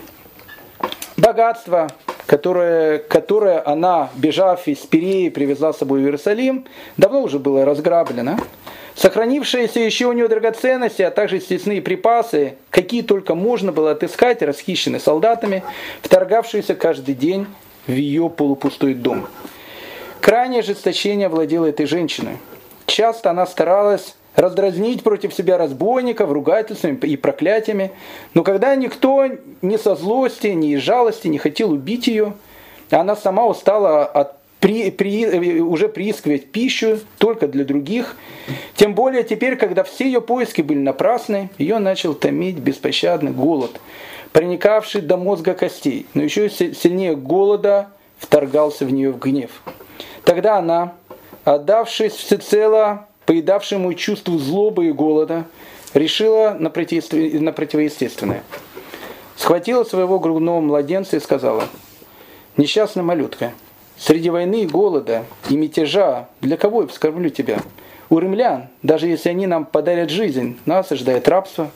S1: Богатство, которое, которое она, бежав из Пиреи, привезла с собой в Иерусалим, давно уже было разграблено. Сохранившиеся еще у нее драгоценности, а также съестные припасы, какие только можно было отыскать, расхищены солдатами, вторгавшиеся каждый день в ее полупустой дом. Крайнее ожесточение владело этой женщиной. Часто она старалась раздразнить против себя разбойников ругательствами и проклятиями, но когда никто ни со злости, ни из жалости не хотел убить ее, она сама устала от При, при, уже приискивать пищу только для других. Тем более теперь, когда все ее поиски были напрасны, ее начал томить беспощадный голод, проникавший до мозга костей. Но еще сильнее голода вторгался в нее в гнев. Тогда она, отдавшись всецело поедавшему чувству злобы и голода, решила на противоестественное. Схватила своего грудного младенца и сказала: «Несчастная малютка, среди войны и голода и мятежа для кого я вскормлю тебя? У римлян, даже если они нам подарят жизнь, нас ожидает рабство.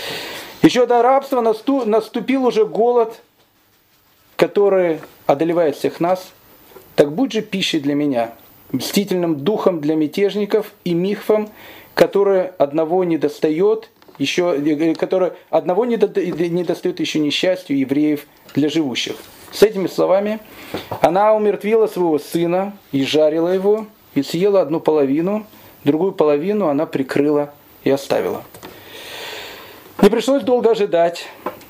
S1: Еще до рабства наступил уже голод, который одолевает всех нас. Так будь же пищей для меня, мстительным духом для мятежников и михвом, который одного не достает, еще, который одного не достает еще несчастью евреев для живущих». С этими словами она умертвила своего сына и жарила его, и съела одну половину, другую половину она прикрыла и оставила. Не пришлось долго ожидать,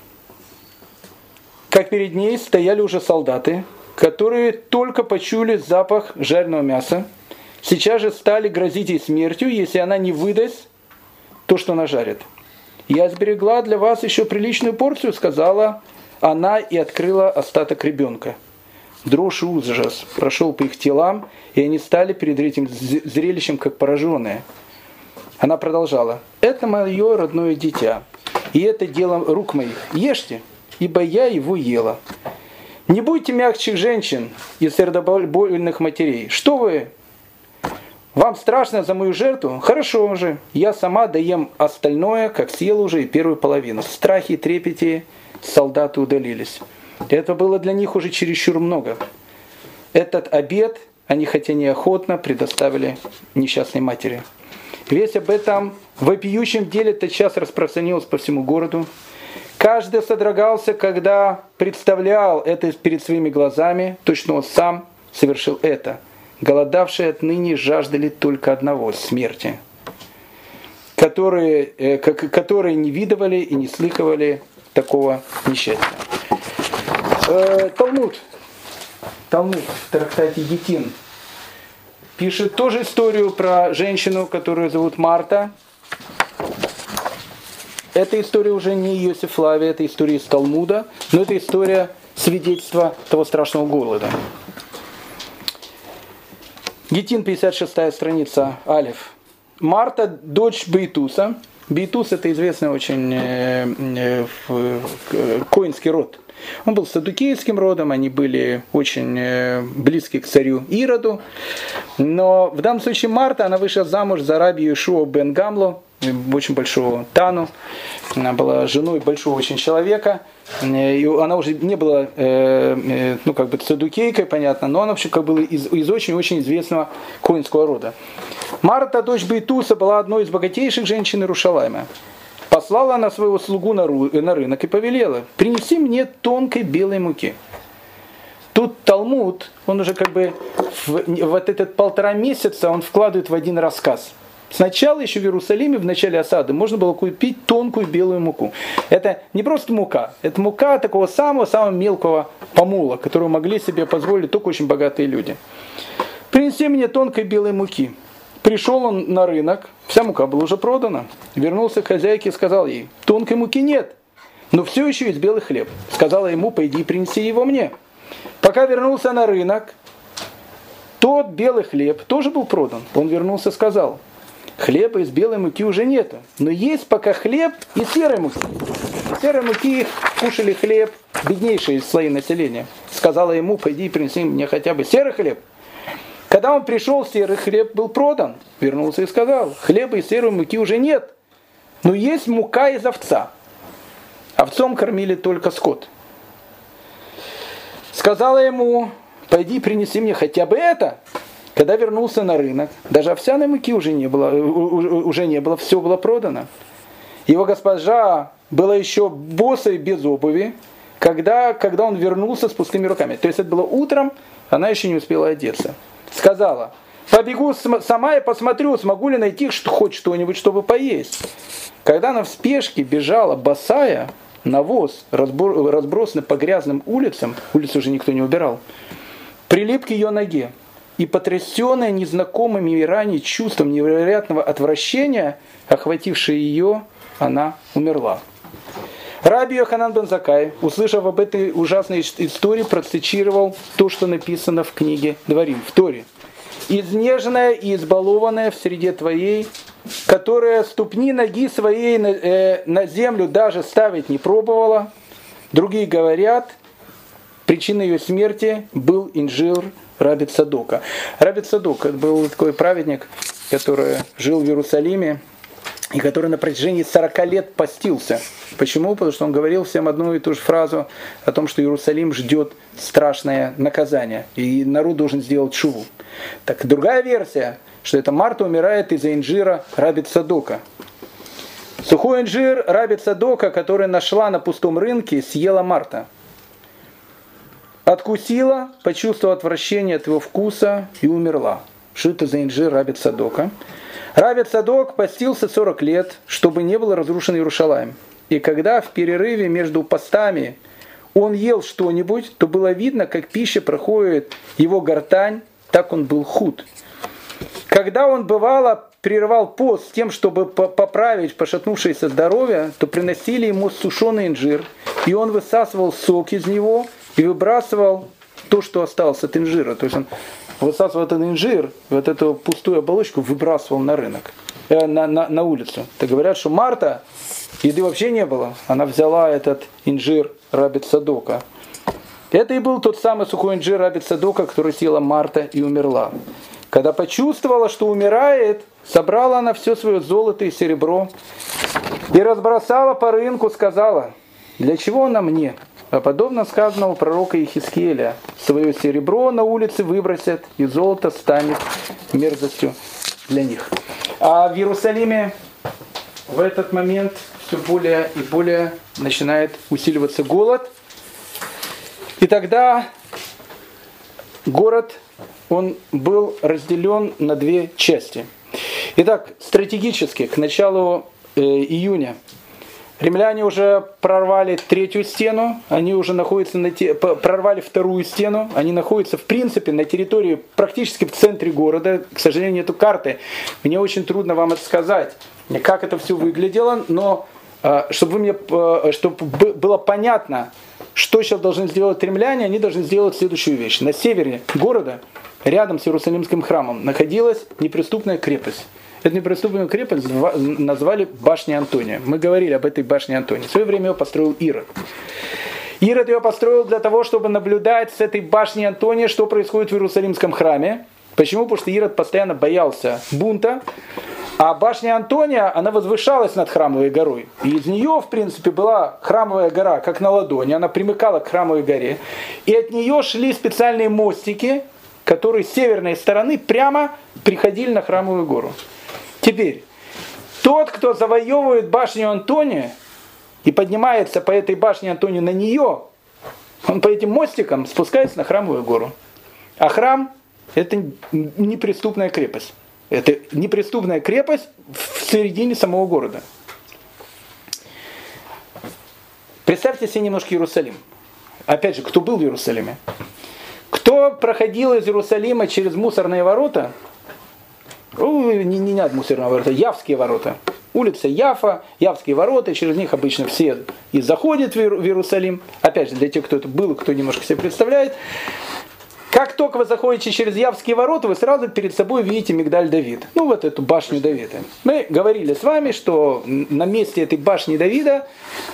S1: как перед ней стояли уже солдаты, которые только почули запах жареного мяса, сейчас же стали грозить ей смертью, если она не выдаст то, что она жарит. «Я сберегла для вас еще приличную порцию», — сказала она и открыла остаток ребенка. Дрожь и ужас прошел по их телам, и они стали перед этим зрелищем как пораженные. Она продолжала: «Это мое родное дитя, и это дело рук моих. Ешьте, ибо я его ела. Не будьте мягчих женщин и сердобольных матерей. Что вы? Вам страшно за мою жертву? Хорошо уже. Я сама доем остальное, как съела уже и первую половину». В страхе и трепете солдаты удалились. Это было для них уже чересчур много. Этот обед они, хотя неохотно, предоставили несчастной матери. Весть об этом вопиющем деле тотчас распространилась по всему городу. Каждый содрогался, когда представлял это перед своими глазами, точно он сам совершил это. Голодавшие отныне жаждали только одного – смерти, которые, э, которые не видывали и не слыхивали такого несчастья. Э, Талмуд, Талмуд в трактате Гитин пишет тоже историю про женщину, которую зовут Марта. эта история уже не Иосиф Флавий, это история из Талмуда, но это история свидетельства того страшного голода. Гитин, пятьдесят шестая страница, Алиф. Марта, дочь Бейтуса. Бейтус — это известный очень э, э, э, коинский род. Он был саддукейским родом, они были очень э, близки к царю Ироду. Но в данном случае Марта, она вышла замуж за раби Иешуа бен Гамлу, очень большого Тану. Она была женой большого очень человека. И она уже не была, э, э, ну, как бы саддукейкой, понятно, но она вообще как бы из, из очень-очень известного коинского рода. Марта, дочь Бейтуса, была одной из богатейших женщин Иерушалайма. Послала она своего слугу на, ру, на рынок и повелела: принеси мне тонкой белой муки. Тут Талмуд, он уже как бы в, вот этот полтора месяца он вкладывает в один рассказ. Сначала еще в Иерусалиме, в начале осады, можно было купить тонкую белую муку. Это не просто мука, это мука такого самого-самого мелкого помола, которую могли себе позволить только очень богатые люди. Принеси мне тонкой белой муки. Пришел он на рынок, вся мука была уже продана. Вернулся к хозяйке и сказал ей: тонкой муки нет, но все еще есть белый хлеб. Сказала ему: пойди и принеси его мне. Пока вернулся на рынок, тот белый хлеб тоже был продан. Он вернулся и сказал: хлеба из белой муки уже нету, но есть пока хлеб из серой муки. Серой муки кушали хлеб беднейшие слои населения. Сказала ему: пойди и принеси мне хотя бы серый хлеб. Когда он пришел, серый хлеб был продан. Вернулся и сказал: хлеба из серой муки уже нет, но есть мука из овца. Овцом кормили только скот. Сказала ему: пойди принеси мне хотя бы это. Когда вернулся на рынок, даже овсяной муки уже не было, уже не было, все было продано. Его госпожа была еще босой без обуви, когда, когда он вернулся с пустыми руками. То есть это было утром, она еще не успела одеться. Сказала: побегу сама и посмотрю, смогу ли найти хоть что-нибудь, чтобы поесть. Когда она в спешке бежала босая, навоз, разбросанный по грязным улицам, улицы уже никто не убирал, прилип к ее ноге. И потрясенная незнакомыми ранее чувством невероятного отвращения, охватившее ее, она умерла. Раби Йоханан бен Заккай, услышав об этой ужасной истории, процитировал то, что написано в книге Дворим, в Торе. «Изнеженная и избалованная в среде твоей, которая ступни ноги своей на, э, на землю даже ставить не пробовала». Другие говорят, причиной ее смерти был инжир Раби Цадока. Раби Цадок был такой праведник, который жил в Иерусалиме и который на протяжении сорока лет постился. Почему? Потому что он говорил всем одну и ту же фразу о том, что Иерусалим ждет страшное наказание, и народ должен сделать шуву. Так другая версия, что это Марта умирает из-за инжира Раби Цадока. Сухой инжир Раби Цадока, который нашла на пустом рынке, съела Марта. Откусила, почувствовала отвращение от его вкуса и умерла. Что это за инжир Раби Цадока? Раби Цадок постился сорок лет, чтобы не был разрушен Иерушалайм. И когда в перерыве между постами он ел что-нибудь, то было видно, как пища проходит его гортань, так он был худ. Когда он бывало прервал пост с тем, чтобы поправить пошатнувшееся здоровье, то приносили ему сушеный инжир, и он высасывал сок из него и выбрасывал то, что осталось от инжира. То есть он высасывал этот инжир, вот эту пустую оболочку выбрасывал на рынок, э, на, на, на улицу. Так говорят, что Марта, еды вообще не было, она взяла этот инжир Раби Цадока. Это и был тот самый сухой инжир Раби Цадока, который съела Марта и умерла. Когда почувствовала, что умирает, собрала она все свое золото и серебро и разбросала по рынку, сказала: для чего она мне? А подобно сказано у пророка Иехискеля: свое серебро на улице выбросят, и золото станет мерзостью для них. А в Иерусалиме в этот момент все более и более начинает усиливаться голод. И тогда город, он был разделен на две части. Итак, стратегически, к началу э, июня, римляне уже прорвали третью стену, они уже находятся на те, прорвали вторую стену, они находятся в принципе на территории практически в центре города. К сожалению, нету карты, мне очень трудно вам это сказать, как это все выглядело, но чтобы, вы мне, чтобы было понятно, что сейчас должны сделать римляне, они должны сделать следующую вещь. На севере города, рядом с Иерусалимским храмом, находилась неприступная крепость. Эту неприступную крепость назвали башней Антония. Мы говорили об этой башне Антония. В свое время ее построил Ирод. Ирод ее построил для того, чтобы наблюдать с этой башни Антония, что происходит в Иерусалимском храме. Почему? Потому что Ирод постоянно боялся бунта. А башня Антония, она возвышалась над храмовой горой. И из нее, в принципе, была храмовая гора, как на ладони. Она примыкала к храмовой горе. И от нее шли специальные мостики, которые с северной стороны прямо приходили на храмовую гору. Теперь, тот, кто завоевывает башню Антония и поднимается по этой башне Антония на нее, он по этим мостикам спускается на храмовую гору. А храм – это неприступная крепость. Это неприступная крепость в середине самого города. Представьте себе немножко Иерусалим. Опять же, кто был в Иерусалиме? Кто проходил из Иерусалима через мусорные ворота? Не, не, не от мусорного ворота, Явские ворота. Улица Яфа, Явские ворота, через них обычно все и заходят в Иерусалим. Опять же, для тех, кто это был и кто немножко себе представляет. Как только вы заходите через Явские ворота, вы сразу перед собой видите Мигдаль Давид. Ну, вот эту башню Давида. Мы говорили с вами, что на месте этой башни Давида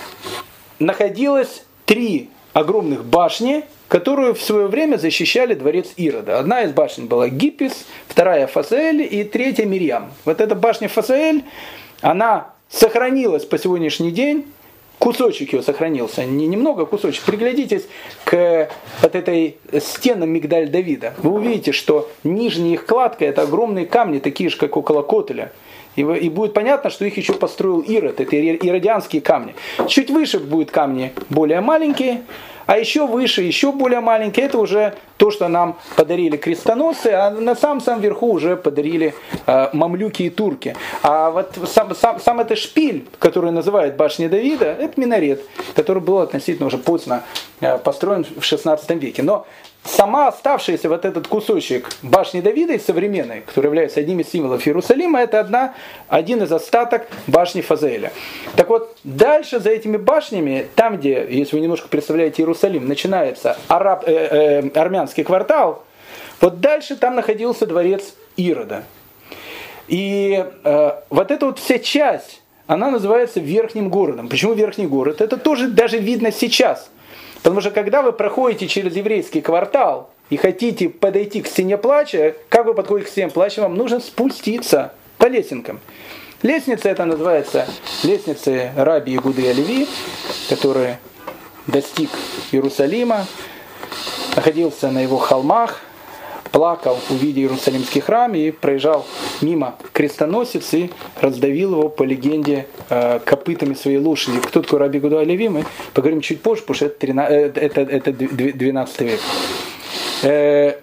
S1: находилось три огромных башни, которые в свое время защищали дворец Ирода. Одна из башен была Гиппис, вторая Фасаэль и третья Мирьям. Вот эта башня Фасаэль, она сохранилась по сегодняшний день. Кусочек ее сохранился, не немного, кусочек. Приглядитесь к вот этой стенам Мигдаль Давида. Вы увидите, что нижняя их кладка – это огромные камни, такие же, как около Котеля. И, и будет понятно, что их еще построил Ирод. Это иродианские камни. Чуть выше будут камни более маленькие, а еще выше, еще более маленькие. Это уже то, что нам подарили крестоносцы, а на самом-самом верху уже подарили э, мамлюки и турки. А вот сам, сам, сам этот шпиль, который называют башней Давида, это минарет, который был относительно уже поздно э, построен в шестнадцатом веке. Но сама оставшаяся вот этот кусочек башни Давида современной, который является одним из символов Иерусалима, это одна, один из остаток башни Фазаэля. Так вот, дальше за этими башнями, там, где, если вы немножко представляете Иерусалим, начинается араб, э, э, армянский квартал, вот дальше там находился дворец Ирода. И э, вот эта вот вся часть, она называется Верхним городом. Почему Верхний город? Это тоже даже видно сейчас. Потому что когда вы проходите через еврейский квартал и хотите подойти к стене плача, как вы подходите к стене плача, вам нужно спуститься по лесенкам. Лестница это называется лестница Раби Игуды Алеви, который достиг Иерусалима, находился на его холмах, плакал, увидя Иерусалимский храм, и проезжал мимо крестоносец и раздавил его, по легенде, копытами своей лошади. Кто такой Раби Игуда Алеви, мы поговорим чуть позже, потому что это, тринадцатый, это, это двенадцатый век.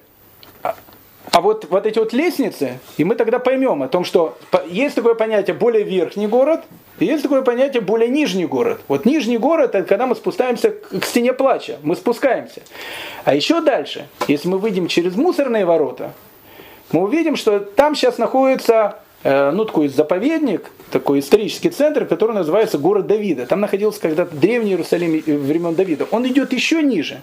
S1: А вот, вот эти вот лестницы, и мы тогда поймем о том, что есть такое понятие более верхний город, и есть такое понятие более нижний город. Вот нижний город, это когда мы спускаемся к стене плача, мы спускаемся. А еще дальше, если мы выйдем через мусорные ворота, мы увидим, что там сейчас находится э, ну, такой заповедник, такой исторический центр, который называется город Давида. Там находился когда-то древний Иерусалим времен Давида. Он идет еще ниже.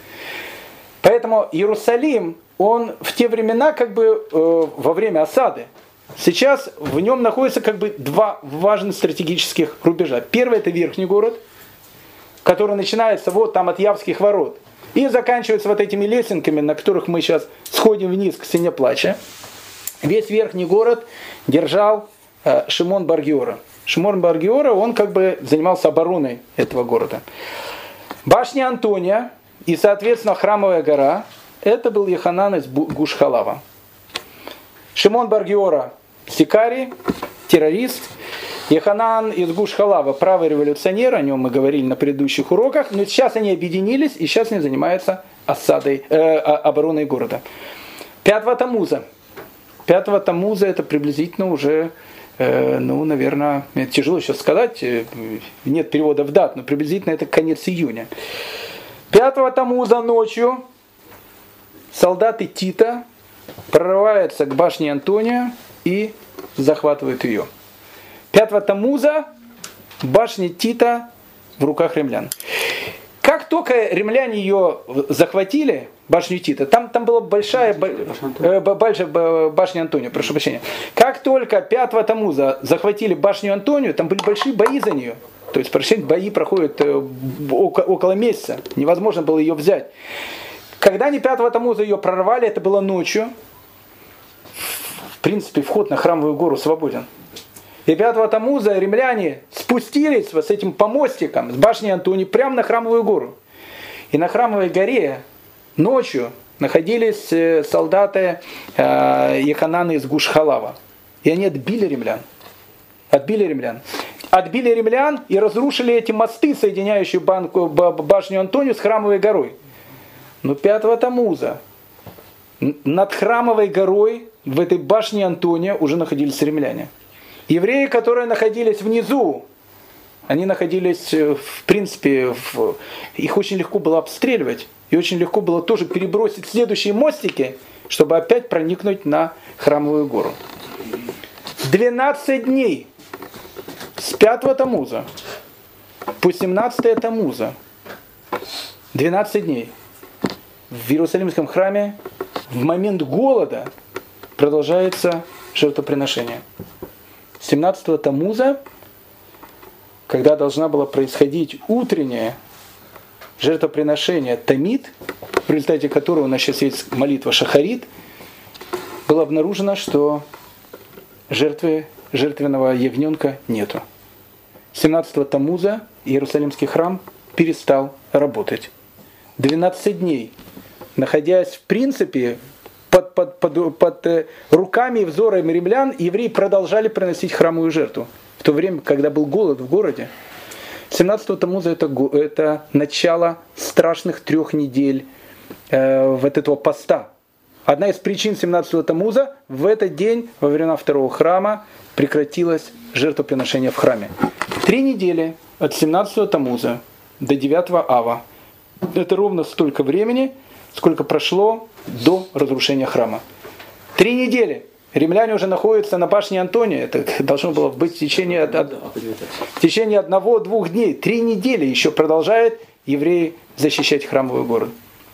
S1: Поэтому Иерусалим, он в те времена, как бы э, во время осады, сейчас в нем находится как бы два важных стратегических рубежа. Первый это верхний город, который начинается вот там от Явских ворот и заканчивается вот этими лесенками, на которых мы сейчас сходим вниз к стене плача. Весь верхний город держал э, Шимон бар-Гиора. Шимон бар-Гиора, он как бы занимался обороной этого города. Башня Антония и, соответственно, Храмовая гора, это был Йоханан из Гуш-Халава. Шимон бар-Гиора – сикарий, террорист. Йоханан из Гуш-Халава – правый революционер, о нем мы говорили на предыдущих уроках. Но сейчас они объединились, и сейчас они занимаются осадой, э, обороной города. Пятого Тамуза. Пятого Тамуза – это приблизительно уже, э, ну, наверное, тяжело сейчас сказать, нет перевода в дат, но приблизительно это конец июня. Пятого Тамуза ночью солдаты Тита прорываются к башне Антония и захватывают ее. Пятого Тамуза башня Тита в руках римлян. Как только римляне ее захватили, башню Тита, там, там была большая, большая башня Антония, прошу прощения. Как только пятого Тамуза захватили башню Антонию, там были большие бои за нее. То есть, прощение, бои проходят около месяца. Невозможно было ее взять. Когда они пятого Тамуза ее прорвали, это было ночью. В принципе, вход на Храмовую гору свободен. И пятого Тамуза римляне спустились вот с этим помостиком, с башни Антонии, прямо на Храмовую гору. И на Храмовой горе ночью находились солдаты Еханана из Гуш-Халава. И они отбили римлян. Отбили римлян. Отбили римлян и разрушили эти мосты, соединяющие банку, башню Антонию с Храмовой горой. Но пятого Тамуза над Храмовой горой в этой башне Антония уже находились римляне. Евреи, которые находились внизу, они находились, в принципе, в... их очень легко было обстреливать. И очень легко было тоже перебросить следующие мостики, чтобы опять проникнуть на Храмовую гору. двенадцать дней с пятого Тамуза по семнадцатое Тамуза, двенадцать дней в Иерусалимском храме в момент голода продолжается жертвоприношение. семнадцатого Тамуза, когда должна была происходить утреннее жертвоприношение Тамид, в результате которого у нас сейчас есть молитва Шахарит, было обнаружено, что жертвы, жертвенного ягненка нету. семнадцатого Тамуза Иерусалимский храм перестал работать. двенадцать дней, находясь в принципе под, под, под, под руками и взорами римлян, евреи продолжали приносить храмовую жертву. В то время, когда был голод в городе. семнадцатого Тамуза это, это начало страшных трех недель э, вот этого поста. Одна из причин семнадцатого Тамуза: в этот день, во времена второго храма, прекратилось жертвоприношение в храме. Три недели от семнадцатого Тамуза до девятого Ава. Это ровно столько времени, сколько прошло до разрушения храма. Три недели. Римляне уже находятся на башне Антония. Это должно было быть в течение, от, от, в течение одного-двух дней. Три недели еще продолжают евреи защищать Храмовую гору.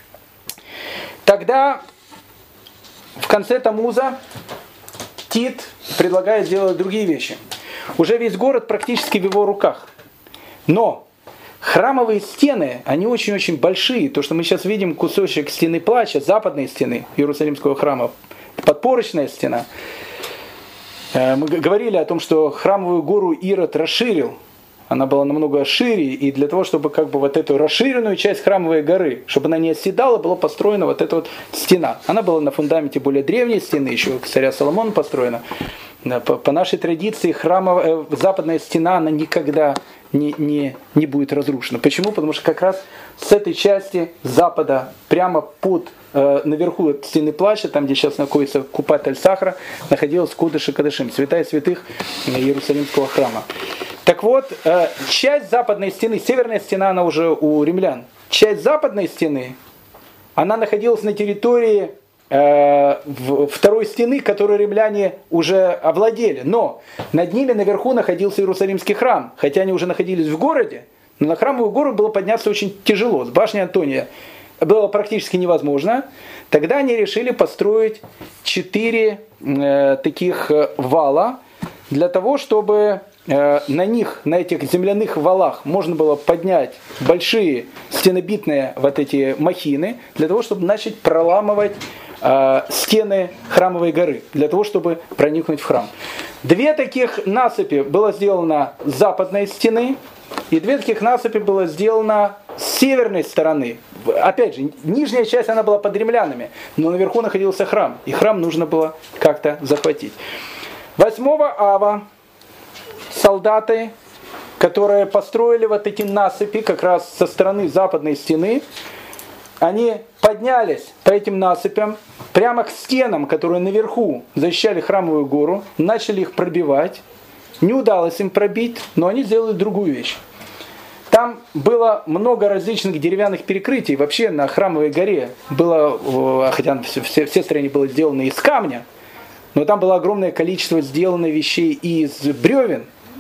S1: Тогда в конце Тамуза Тит предлагает сделать другие вещи. Уже весь город практически в его руках. Но храмовые стены, они очень-очень большие. То, что мы сейчас видим, кусочек стены плача, западной стены Иерусалимского храма, подпорочная стена. Мы говорили о том, что Храмовую гору Ирод расширил. Она была намного шире, и для того, чтобы как бы вот эту расширенную часть Храмовой горы, чтобы она не оседала, была построена вот эта вот стена. Она была на фундаменте более древней стены, еще царя Соломона построена. По, по нашей традиции храмовая, западная стена, она никогда не, не, не будет разрушена. Почему? Потому что как раз с этой части запада, прямо под, э, наверху стены плача, там где сейчас находится Купат аль-Сахра, находилась Кодеш и-Кодешим, святая святых Иерусалимского храма. Так вот, э, часть западной стены, северная стена, она уже у римлян. Часть западной стены, она находилась на территории второй стены, которую римляне уже овладели. Но над ними наверху находился Иерусалимский храм. Хотя они уже находились в городе, но на Храмовую гору было подняться очень тяжело. С башни Антония было практически невозможно. Тогда они решили построить четыре э, таких вала для того, чтобы э, на них, на этих земляных валах можно было поднять большие стенобитные вот эти махины, для того, чтобы начать проламывать стены Храмовой горы, для того, чтобы проникнуть в храм. Две таких насыпи было сделано с западной стены, и две таких насыпи было сделано с северной стороны. Опять же, нижняя часть она была под римлянами, но наверху находился храм, и храм нужно было как-то захватить. восьмого Ава солдаты, которые построили вот эти насыпи как раз со стороны западной стены, они поднялись по этим насыпям прямо к стенам, которые наверху защищали Храмовую гору, начали их пробивать. Не удалось им пробить, но они сделали другую вещь. Там было много различных деревянных перекрытий. Вообще на Храмовой горе было, хотя все, все, все строения было сделано из камня, но там было огромное количество сделано вещей из бревен.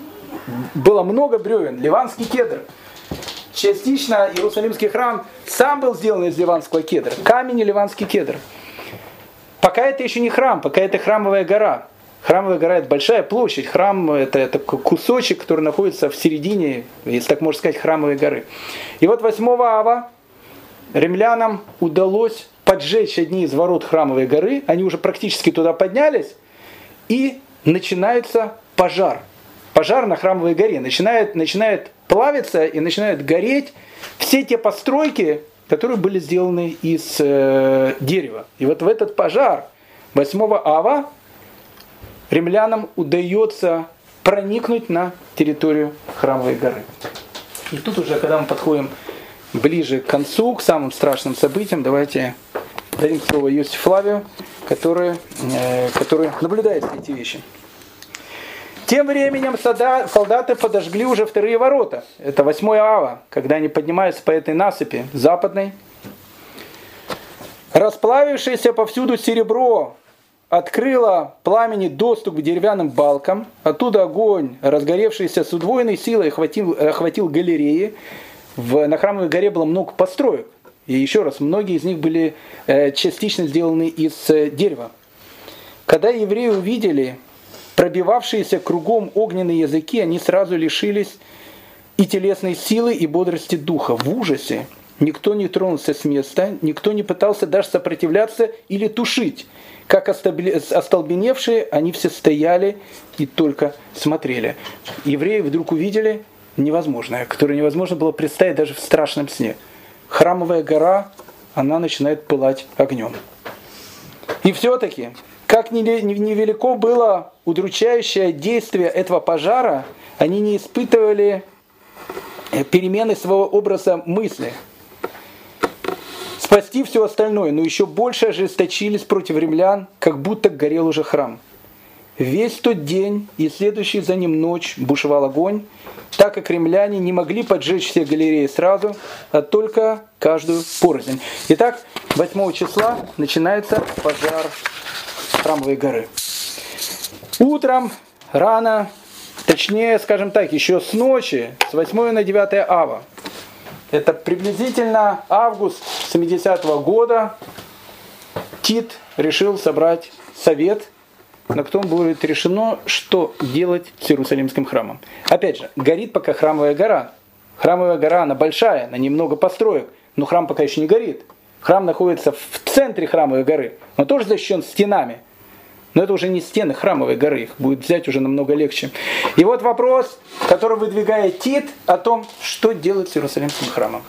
S1: было много бревен, ливанский кедр. Частично Иерусалимский храм сам был сделан из ливанского кедра. Камень и ливанский кедр. Пока это еще не храм, пока это храмовая гора. Храмовая гора – это большая площадь. Храм – это, это кусочек, который находится в середине, если так можно сказать, храмовой горы. И вот восьмого ава римлянам удалось поджечь одни из ворот храмовой горы. Они уже практически туда поднялись. И начинается пожар. Пожар на храмовой горе. Начинает, начинает плавиться и начинают гореть все те постройки, которые были сделаны из э, дерева. И вот в этот пожар восьмого ава римлянам удается проникнуть на территорию храмовой горы. И тут уже, когда мы подходим ближе к концу, к самым страшным событиям, давайте дадим слово Иосифу Флавию, который, э, который наблюдает эти вещи. Тем временем солдаты подожгли уже вторые ворота. Это восьмое ава, когда они поднимаются по этой насыпи западной. Расплавившееся повсюду серебро открыло пламени доступ к деревянным балкам. Оттуда огонь, разгоревшийся с удвоенной силой, охватил, охватил галереи. В, на Храмовой горе было много построек. И еще раз, многие из них были э, частично сделаны из э, дерева. Когда евреи увидели пробивавшиеся кругом огненные языки, они сразу лишились и телесной силы, и бодрости духа. В ужасе никто не тронулся с места, никто не пытался даже сопротивляться или тушить. Как остолбеневшие, они все стояли и только смотрели. Евреи вдруг увидели невозможное, которое невозможно было представить даже в страшном сне. Храмовая гора, она начинает пылать огнем. И все-таки, как невелико было удручающее действие этого пожара, они не испытывали перемены своего образа мысли. Спасти все остальное, но еще больше ожесточились против римлян, как будто горел уже храм. Весь тот день и следующий за ним ночь бушевал огонь, так как римляне не могли поджечь все галереи сразу, а только каждую порознь. Итак, восьмого числа начинается пожар Храмовой горы. Утром, рано, точнее, скажем так, еще с ночи, с восьмого на девятое ава, это приблизительно август семидесятого года, Тит решил собрать совет, на котором будет решено, что делать с Иерусалимским храмом. Опять же, горит пока Храмовая гора. Храмовая гора, она большая, на ней много построек, но храм пока еще не горит. Храм находится в центре Храмовой горы, он тоже защищен стенами. Но это уже не стены Храмовой горы, их будет взять уже намного легче. И вот вопрос, который выдвигает Тит о том, что делать с Иерусалимским храмом.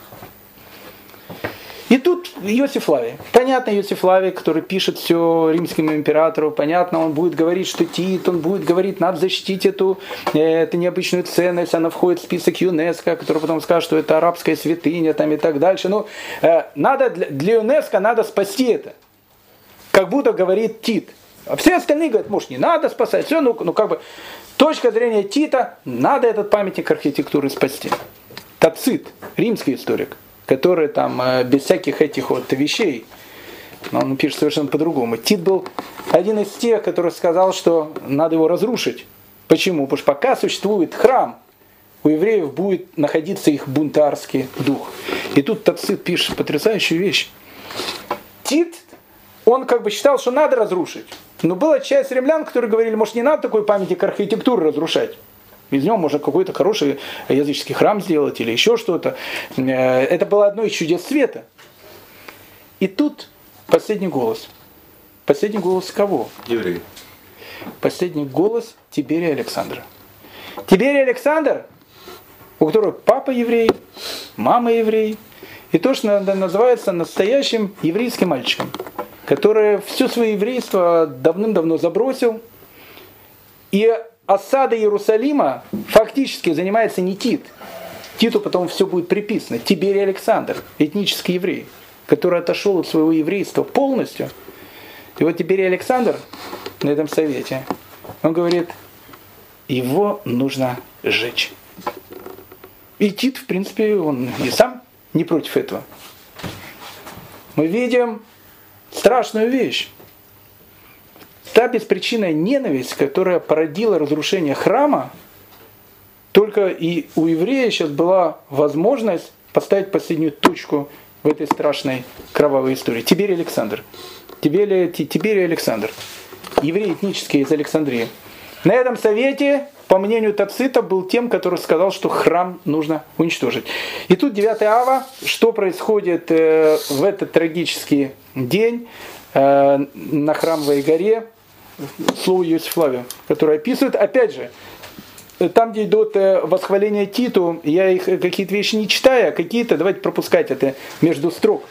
S1: И тут Иосиф Флавий. Понятно, Иосиф Флавий, который пишет все римскому императору, понятно, он будет говорить, что Тит, он будет говорить, надо защитить эту, эту необычную ценность, она входит в список ЮНЕСКО, который потом скажет, что это арабская святыня там, и так дальше. Ну, надо, для ЮНЕСКО надо спасти это. Как будто говорит Тит. А все остальные говорят, может, не надо спасать. Все, ну, ну как бы, точка зрения Тита, надо этот памятник архитектуры спасти. Тацит, римский историк, который там без всяких этих вот вещей, но он пишет совершенно по-другому. Тит был один из тех, который сказал, что надо его разрушить. Почему? Потому что пока существует храм, у евреев будет находиться их бунтарский дух. И тут Тацит пишет потрясающую вещь. Тит, он как бы считал, что надо разрушить. Но была часть римлян, которые говорили, может, не надо такой памятник архитектуры разрушать. Из него можно какой-то хороший языческий храм сделать или еще что-то. Это было одно из чудес света. И тут последний голос. Последний голос кого? Евреи. Последний голос Тиберия Александра. Тиберий Александр, у которого папа еврей, мама еврей, и то, что называется настоящим еврейским мальчиком, который все свое еврейство давным-давно забросил. И осадой Иерусалима фактически занимается не Тит. Титу потом все будет приписано. Тиберий Александр, этнический еврей, который отошел от своего еврейства полностью. И вот Тиберий Александр на этом совете, он говорит, его нужно сжечь. И Тит, в принципе, он и сам не против этого. Мы видим страшную вещь. Та беспричинная ненависть, которая породила разрушение храма, только и у еврея сейчас была возможность поставить последнюю точку в этой страшной кровавой истории. Тиберий Александр. Тиберий, Тиберий Александр. Еврей этнический из Александрии. На этом совете, по мнению Тацита, был тем, который сказал, что храм нужно уничтожить. И тут девятое ава, что происходит э, в этот трагический день э, на Храмовой горе, слово Иосиф Флавию, которое описывает, опять же, там, где идут восхваления Титу, я их какие-то вещи не читаю, а какие-то, давайте пропускать это между строк.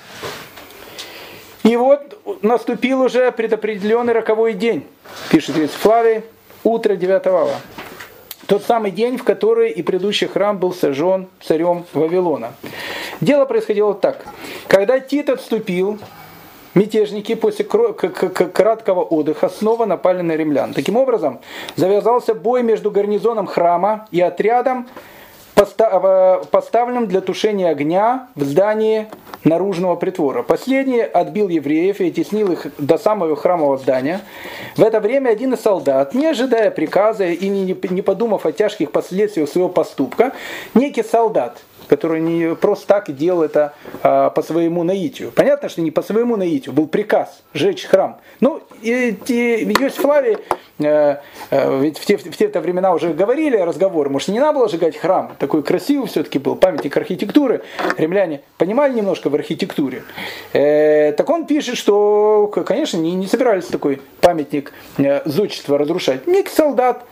S1: И вот наступил уже предопределенный роковой день, пишет Иосиф Флавий, утро девятого ава. Тот самый день, в который и предыдущий храм был сожжен царем Вавилона. Дело происходило так. Когда Тит отступил, мятежники после краткого отдыха снова напали на римлян. Таким образом, завязался бой между гарнизоном храма и отрядом, поставленным для тушения огня в здании наружного притвора. Последний отбил евреев и теснил их до самого храмового здания. В это время один из солдат, не ожидая приказа и не подумав о тяжких последствиях своего поступка, некий солдат, который не просто так делал это а, по своему наитию. Понятно, что не по своему наитию, был приказ сжечь храм. Ну, и, и Иосиф Флавий, э, э, ведь в те, в те времена уже говорили разговоры, может, не надо было сжигать храм, такой красивый все-таки был, памятник архитектуры, римляне понимали немножко в архитектуре. Э, так он пишет, что, конечно, не, не собирались такой памятник э, зодчества разрушать. Некий солдат,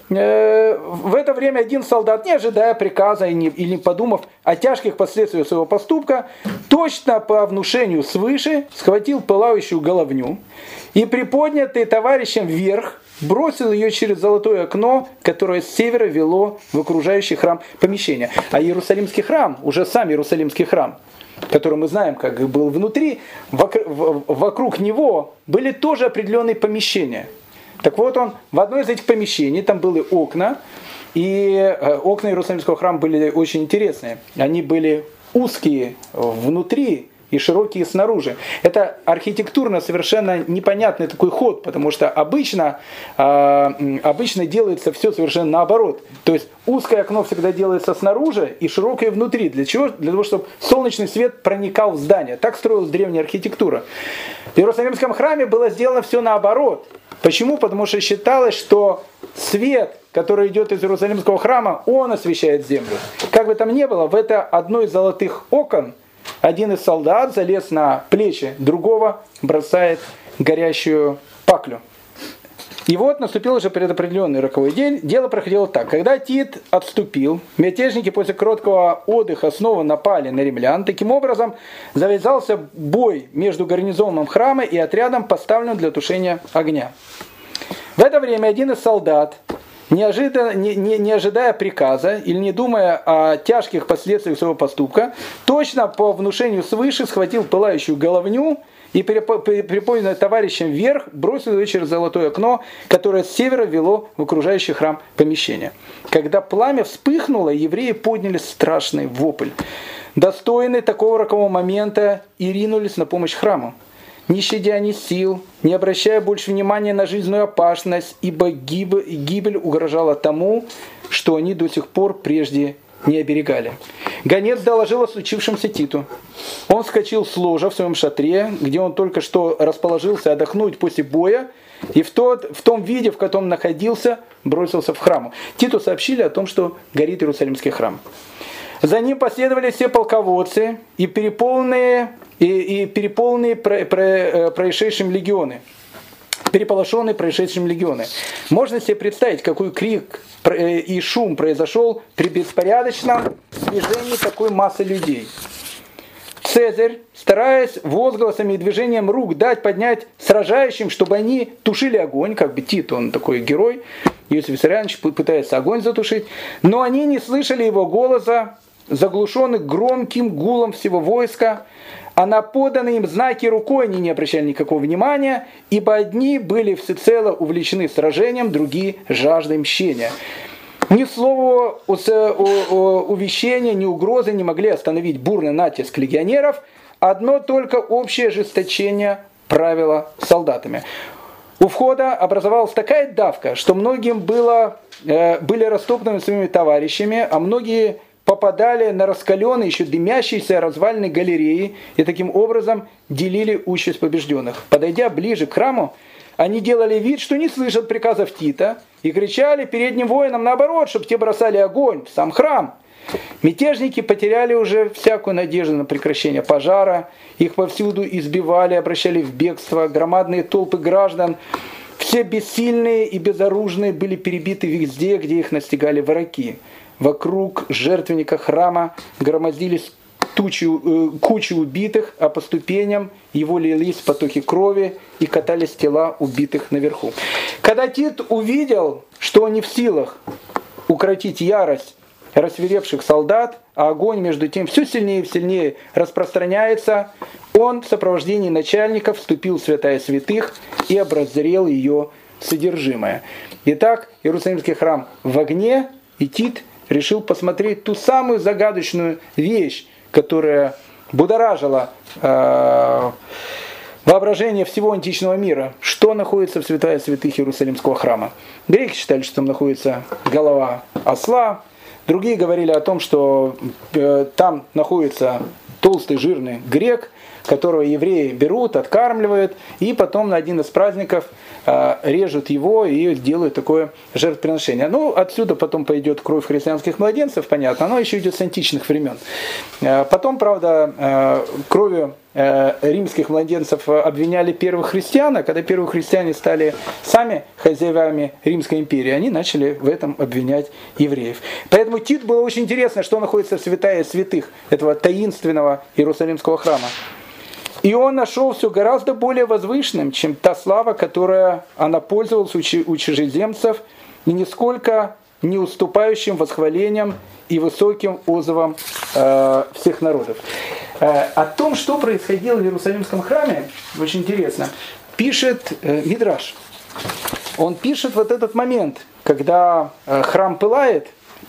S1: в это время один солдат, не ожидая приказа и не, и не подумав о тяжких последствиях своего поступка, точно по внушению свыше схватил пылающую головню и, приподнятый товарищем вверх, бросил ее через золотое окно, которое с севера вело в окружающий храм помещение. А Иерусалимский храм, уже сам Иерусалимский храм, который мы знаем, как был внутри, вокруг него были тоже определенные помещения. Так вот он, в одной из этих помещений, там были окна, и окна Иерусалимского храма были очень интересные. Они были узкие внутри и широкие снаружи. Это архитектурно совершенно непонятный такой ход, потому что обычно, обычно делается все совершенно наоборот. То есть узкое окно всегда делается снаружи и широкое внутри. Для чего? Для того, чтобы солнечный свет проникал в здание. Так строилась древняя архитектура. В Иерусалимском храме было сделано все наоборот. Почему? Потому что считалось, что свет, который идет из Иерусалимского храма, он освещает землю. Как бы там ни было, в это одно из золотых окон один из солдат залез на плечи другого, бросает горящую паклю. И вот наступил уже предопределенный роковой день. Дело проходило так. Когда Тит отступил, мятежники после короткого отдыха снова напали на римлян. Таким образом, завязался бой между гарнизоном храма и отрядом, поставленным для тушения огня. В это время один из солдат, неожиданно, не, не, не ожидая приказа или не думая о тяжких последствиях своего поступка, точно по внушению свыше схватил пылающую головню и, приподнятый товарищем вверх, бросил ее через золотое окно, которое с севера вело в окружающий храм помещение. Когда пламя вспыхнуло, евреи подняли страшный вопль. Достойные такого рокового момента и ринулись на помощь храму, не щадя ни сил, не обращая больше внимания на жизненную опасность, ибо гибель угрожала тому, что они до сих пор прежде не оберегали. Гонец доложил о случившемся Титу. Он вскочил с ложа в своем шатре, где он только что расположился отдохнуть после боя, и в, тот, в том виде, в котором находился, бросился в храм. Титу сообщили о том, что горит Иерусалимский храм. За ним последовали все полководцы и переполненные, и, и переполненные про, про, происшедшим легионы. Переполошенные происшедшим легионы. Можно себе представить, какой крик и шум произошел при беспорядочном движении такой массы людей. Цезарь, стараясь возгласами и движением рук дать поднять сражающим, чтобы они тушили огонь, как бы Тит, он такой герой, Иосиф Виссарионович пытается огонь затушить, но они не слышали его голоса, заглушенных громким гулом всего войска, а на поданные им знаки рукой они не обращали никакого внимания, ибо одни были всецело увлечены сражением, другие – жаждой мщения. Ни слова увещения, ни угрозы не могли остановить бурный натиск легионеров, одно только общее ожесточение правило солдатами. У входа образовалась такая давка, что многим было, э, были растоптаны своими товарищами, а многие попадали на раскаленные, еще дымящиеся развалины галереи и таким образом делили участь побежденных. Подойдя ближе к храму, они делали вид, что не слышат приказов Тита, и кричали передним воинам наоборот, чтобы те бросали огонь в сам храм. Мятежники потеряли уже всякую надежду на прекращение пожара, их повсюду избивали, обращали в бегство, громадные толпы граждан, все бессильные и безоружные были перебиты везде, где их настигали враги. Вокруг жертвенника храма громоздились тучи, э, кучи убитых, а по ступеням его лились потоки крови и катались тела убитых наверху. Когда Тит увидел, что он не в силах укротить ярость рассвирепших солдат, а огонь между тем все сильнее и сильнее распространяется, он в сопровождении начальников вступил в святая святых и обозрел ее содержимое. Итак, Иерусалимский храм в огне, и Тит решил посмотреть ту самую загадочную вещь, которая будоражила э, воображение всего античного мира. Что находится в святая святых Иерусалимского храма? Греки считали, что там находится голова осла. Другие говорили о том, что э, там находится толстый жирный грек, которого евреи берут, откармливают, и потом на один из праздников э, режут его и делают такое жертвоприношение. Ну, отсюда потом пойдет кровь христианских младенцев, понятно, оно еще идет с античных времен. Э, потом, правда, э, кровью э, римских младенцев обвиняли первых христиан, а когда первые христиане стали сами хозяевами Римской империи, они начали в этом обвинять евреев. Поэтому Титу было очень интересно, что находится в святая святых этого таинственного Иерусалимского храма. И он нашел все гораздо более возвышенным, чем та слава, которая она пользовалась у чужеземцев, и нисколько не уступающим восхвалением и высоким отзывам э, всех народов. Э, о том, что происходило в Иерусалимском храме, очень интересно, пишет э, Мидраш. Он пишет вот этот момент, когда э, храм пылает,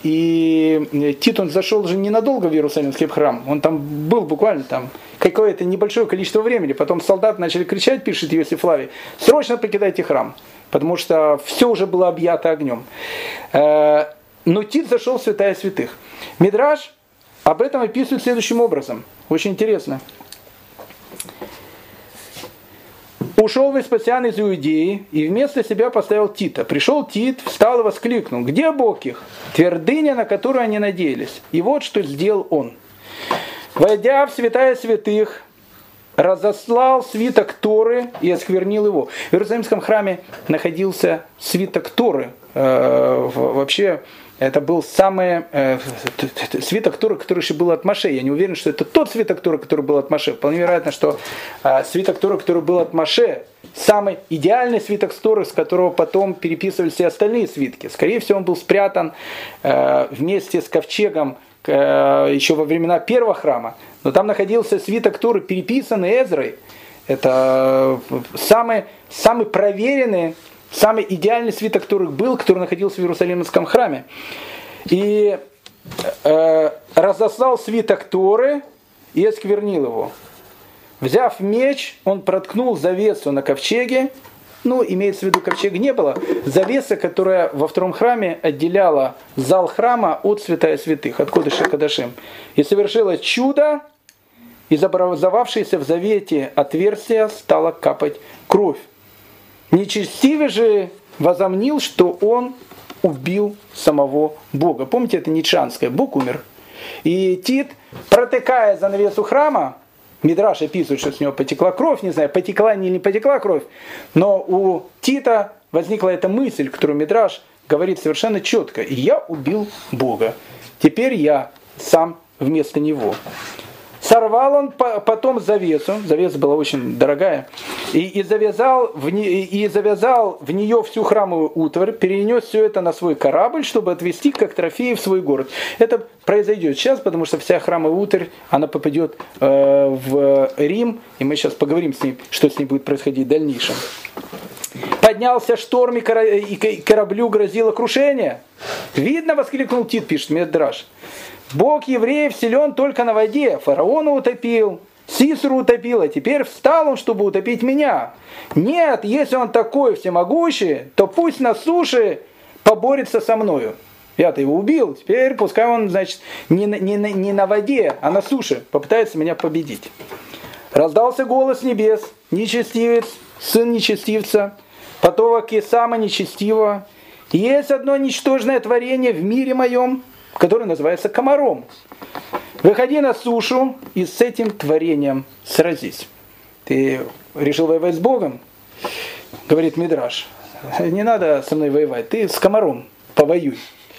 S1: и Тит, он зашел же ненадолго в Иерусалимский храм, он там был буквально там какое-то небольшое количество времени, потом солдаты начали кричать, пишет Иосиф Флавий, срочно покидайте храм, потому что все уже было объято огнем. Но Тит зашел в святая святых. Мидраш об этом описывает следующим образом, очень интересно. Ушел Веспасиан из Иудеи и вместо себя поставил Тита. Пришел Тит, встал и воскликнул: где Бог их? Твердыня, на которую они надеялись. И вот что сделал он. Войдя в святая святых, разослал свиток Торы и осквернил его. В Иерусалимском храме находился свиток Торы. Э, вообще, это был самый э, свиток Торы, который еще был от Моше. Я не уверен, что это тот свиток Торы, который был от Моше. Вполне вероятно, что э, свиток Торы, который был от Моше, самый идеальный свиток Торы, с которого потом переписывались все остальные свитки. Скорее всего, он был спрятан э, вместе с ковчегом э, еще во времена первого храма. Но там находился свиток Торы, переписанный Эзрой. Это самый, самый проверенный, самый идеальный свиток, который был, который находился в Иерусалимском храме. И э, разослал свиток Торы и осквернил его. Взяв меч, он проткнул завесу на ковчеге. Ну, имеется в виду, ковчега не было. Завеса, которая во втором храме отделяла зал храма от святая святых, от Кодыша Кодашим. И совершилось чудо, из образовавшейся в завете отверстия стала капать кровь. Нечестивый же возомнил, что он убил самого Бога. Помните, это ницшанское, Бог умер. И Тит, протыкая занавесу храма, Мидраш описывает, что с него потекла кровь, не знаю, потекла или не потекла кровь, но у Тита возникла эта мысль, которую Мидраш говорит совершенно четко: «И я убил Бога, теперь я сам вместо него». Сорвал он потом завесу, завеса была очень дорогая, и, и, завязал в не, и завязал в нее всю храмовую утварь, перенес все это на свой корабль, чтобы отвезти как трофеи в свой город. Это произойдет сейчас, потому что вся храмовая утварь, она попадет э, в Рим, и мы сейчас поговорим с ней, что с ней будет происходить в дальнейшем. Поднялся шторм, и кораблю грозило крушение. «Видно, — воскликнул Тит, — пишет Мидраш, — Бог евреев силен только на воде, фараона утопил, Сисру утопил, а теперь встал он, чтобы утопить меня. Нет, если он такой всемогущий, то пусть на суше поборется со мною. Я-то его убил, теперь пускай он, значит, не, не, не на воде, а на суше попытается меня победить. Раздался голос небес, нечестивец, сын нечестивца, потомок Исама нечестивого. Есть одно ничтожное творение в мире моем, которое называется комаром. Выходи на сушу и с этим творением сразись. Ты решил воевать с Богом? Говорит Мидраш. Не надо со мной воевать, ты с комаром повоюй.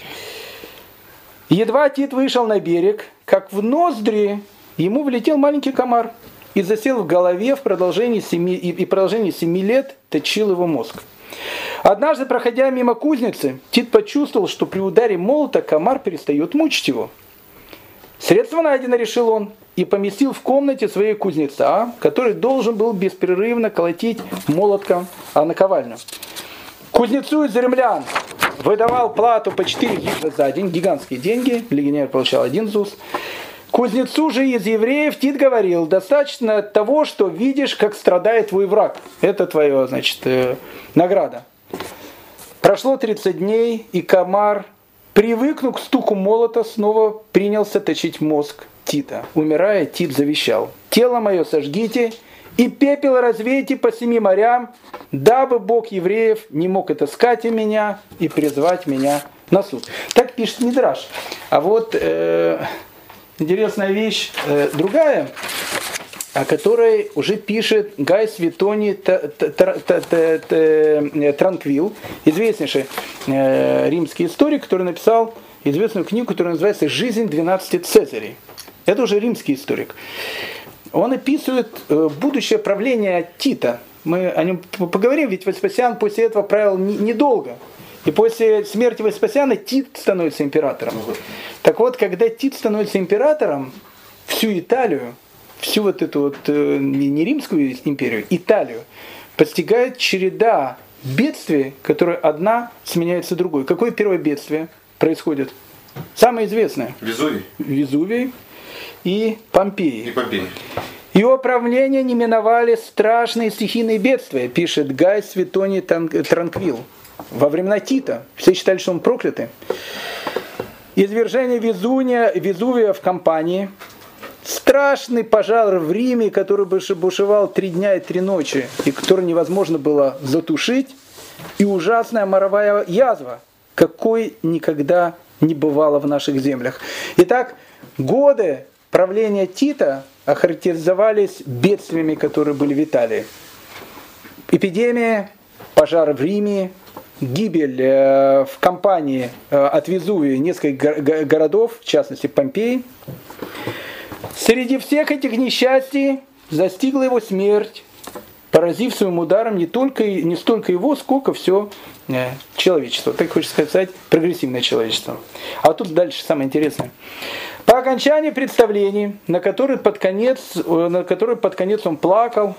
S1: Едва Тит вышел на берег, как в ноздри ему влетел маленький комар и засел в голове в продолжении семи, и в продолжении семи лет точил его мозг. Однажды, проходя мимо кузницы, Тит почувствовал, что при ударе молота комар перестает мучить его. Средство найдено, решил он, и поместил в комнате своей кузнеца, который должен был беспрерывно колотить молотком о наковальню. Кузнецу из римлян выдавал плату по четыре зуса за день, гигантские деньги, легионер получал один зус. Кузнецу же из евреев Тит говорил: достаточно того, что видишь, как страдает твой враг. Это твоя, значит, э, награда. Прошло тридцать дней, и комар, привыкнув к стуку молота, снова принялся точить мозг Тита. Умирая, Тит завещал: тело мое сожгите, и пепел развейте по семи морям, дабы Бог евреев не мог отыскать меня и призвать меня на суд. Так пишет Мидраш. А вот э, интересная вещь э, другая, о которой уже пишет Гай Светоний Транквил, известнейший э, римский историк, который написал известную книгу, которая называется «Жизнь двенадцати Цезарей». Это уже римский историк. Он описывает будущее правление Тита. Мы о нем поговорим, ведь Веспасиан после этого правил недолго. И после смерти Веспасиана Тит становится императором. Так вот, когда Тит становится императором, всю Италию, всю вот эту вот, не Римскую империю, Италию, постигает череда бедствий, которые одна сменяется другой. Какое первое бедствие происходит? Самое известное.
S2: Везувий.
S1: Везувий. И Помпеи.
S2: И Помпеи.
S1: Его правление не миновали страшные стихийные бедствия, пишет Гай Светоний Транквил. Во времена Тита все считали, что он проклятый. Извержение Везуния, Везувия в Кампании, страшный пожар в Риме, который бушевал три дня и три ночи, и который невозможно было затушить, и ужасная моровая язва, какой никогда не бывало в наших землях. Итак, годы правления Тита охарактеризовались бедствиями, которые были в Италии. Эпидемия, пожар в Риме, гибель в Кампании от Везувия нескольких городов, в частности Помпеи. Среди всех этих несчастий застигла его смерть, поразив своим ударом не, только, не столько его, сколько все человечество. Так хочется сказать, прогрессивное человечество. А тут дальше самое интересное. По окончании представлений, на который под конец, на который под конец он плакал,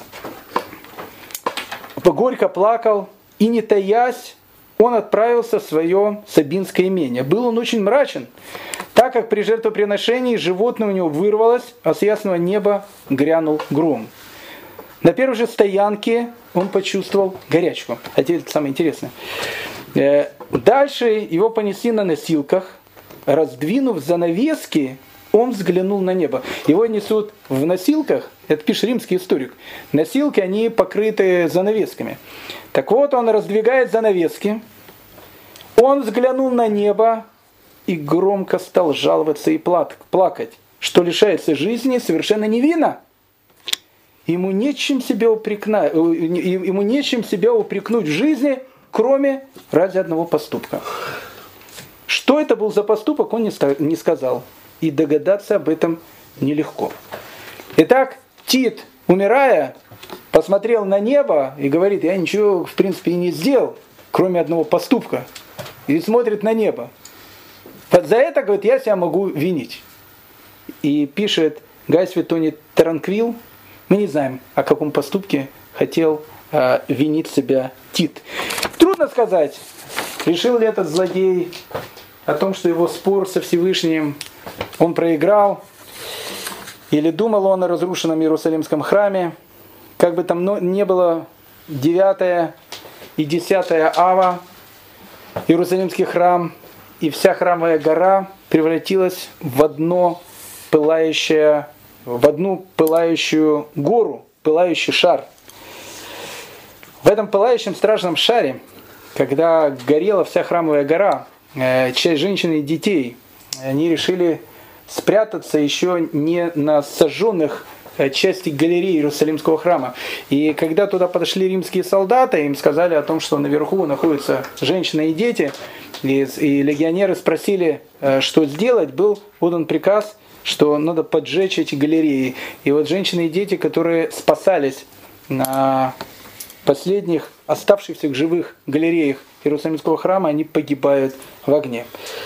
S1: горько плакал, и не таясь, он отправился в свое Сабинское имение. Был он очень мрачен, так как при жертвоприношении животное у него вырвалось, а с ясного неба грянул гром. На первой же стоянке он почувствовал горячку. А теперь это самое интересное. Дальше его понесли на носилках. Раздвинув занавески, он взглянул на небо. Его несут в носилках, это пишет римский историк. Носилки, они покрыты занавесками. Так вот, он раздвигает занавески, он взглянул на небо и громко стал жаловаться и плакать, что лишается жизни совершенно невинно. Ему нечем себя упрекнуть, ему нечем себя упрекнуть в жизни, кроме ради одного поступка. Что это был за поступок, он не сказал. И догадаться об этом нелегко. Итак, Тит, умирая, посмотрел на небо и говорит: я ничего, в принципе, и не сделал, кроме одного поступка. И смотрит на небо. За это, говорит, я себя могу винить. И пишет Гай Светоний Транквил, мы не знаем, о каком поступке хотел э, винить себя Тит. Трудно сказать, решил ли этот злодей о том, что его спор со Всевышним он проиграл. или думал он о разрушенном Иерусалимском храме. Как бы там ни было, девятое и десятое ава, Иерусалимский храм и вся храмовая гора превратилась в одно пылающее, в одну пылающую гору, пылающий шар. В этом пылающем страшном шаре, когда горела вся храмовая гора, часть женщин и детей, они решили спрятаться еще не на сожженных части галереи Иерусалимского храма. И когда туда подошли римские солдаты, им сказали о том, что наверху находятся женщины и дети, и, и легионеры спросили, что сделать, был отдан приказ, что надо поджечь эти галереи. И вот женщины и дети, которые спасались на последних оставшихся в живых галереях Иерусалимского храма, они погибают в огне.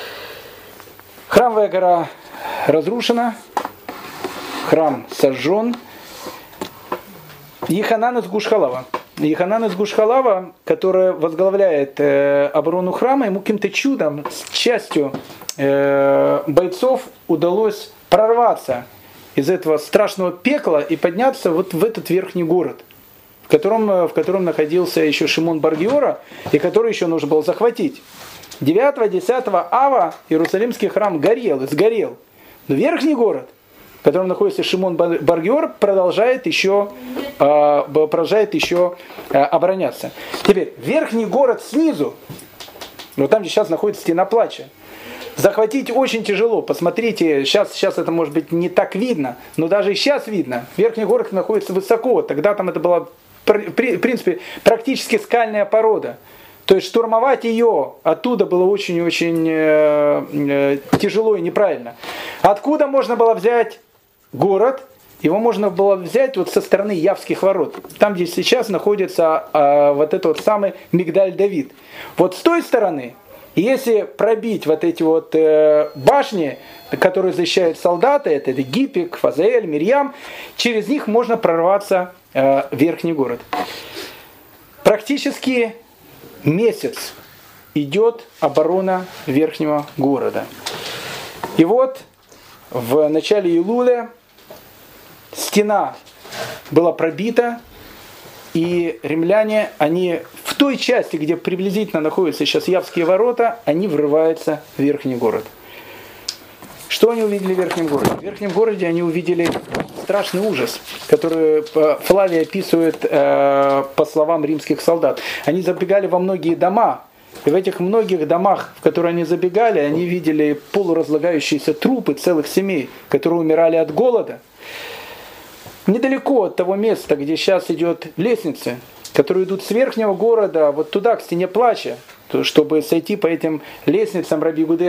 S1: Храмовая гора разрушена, храм сожжен. Йоханан из Гуш-Халава. Йоханан из Гуш-Халава, который возглавляет э, оборону храма, ему каким-то чудом с частью э, бойцов удалось прорваться из этого страшного пекла и подняться вот в этот верхний город, в котором, в котором находился еще Шимон бар-Гиора, и который еще нужно было захватить. девятого-десятого ава Иерусалимский храм горел и сгорел. Но верхний город, в котором находится Шимон бар-Гиор, продолжает еще, продолжает еще обороняться. Теперь, верхний город снизу, вот там, где сейчас находится стена плача, захватить очень тяжело. Посмотрите, сейчас, сейчас это может быть не так видно, но даже и сейчас видно. Верхний город находится высоко, тогда там это была, в принципе, практически скальная порода. То есть штурмовать ее оттуда было очень-очень э, э, тяжело и неправильно. Откуда можно было взять город? Его можно было взять вот со стороны Явских ворот. Там, где сейчас находится э, вот этот вот самый Мигдаль-Давид. Вот с той стороны, если пробить вот эти вот э, башни, которые защищают солдаты, это Гиппик, Фазаэль, Мирьям, через них можно прорваться э, в верхний город. Практически месяц идет оборона верхнего города. И вот в начале июля стена была пробита, и римляне, они в той части, где приблизительно находятся сейчас Явские ворота, они врываются в верхний город. Что они увидели в верхнем городе? В верхнем городе они увидели страшный ужас, который Флавий описывает э, по словам римских солдат. Они забегали во многие дома, и в этих многих домах, в которые они забегали, они видели полуразлагающиеся трупы целых семей, которые умирали от голода. Недалеко от того места, где сейчас идет лестница, которые идут с верхнего города вот туда, к стене плача, чтобы сойти по этим лестницам Раби Гуды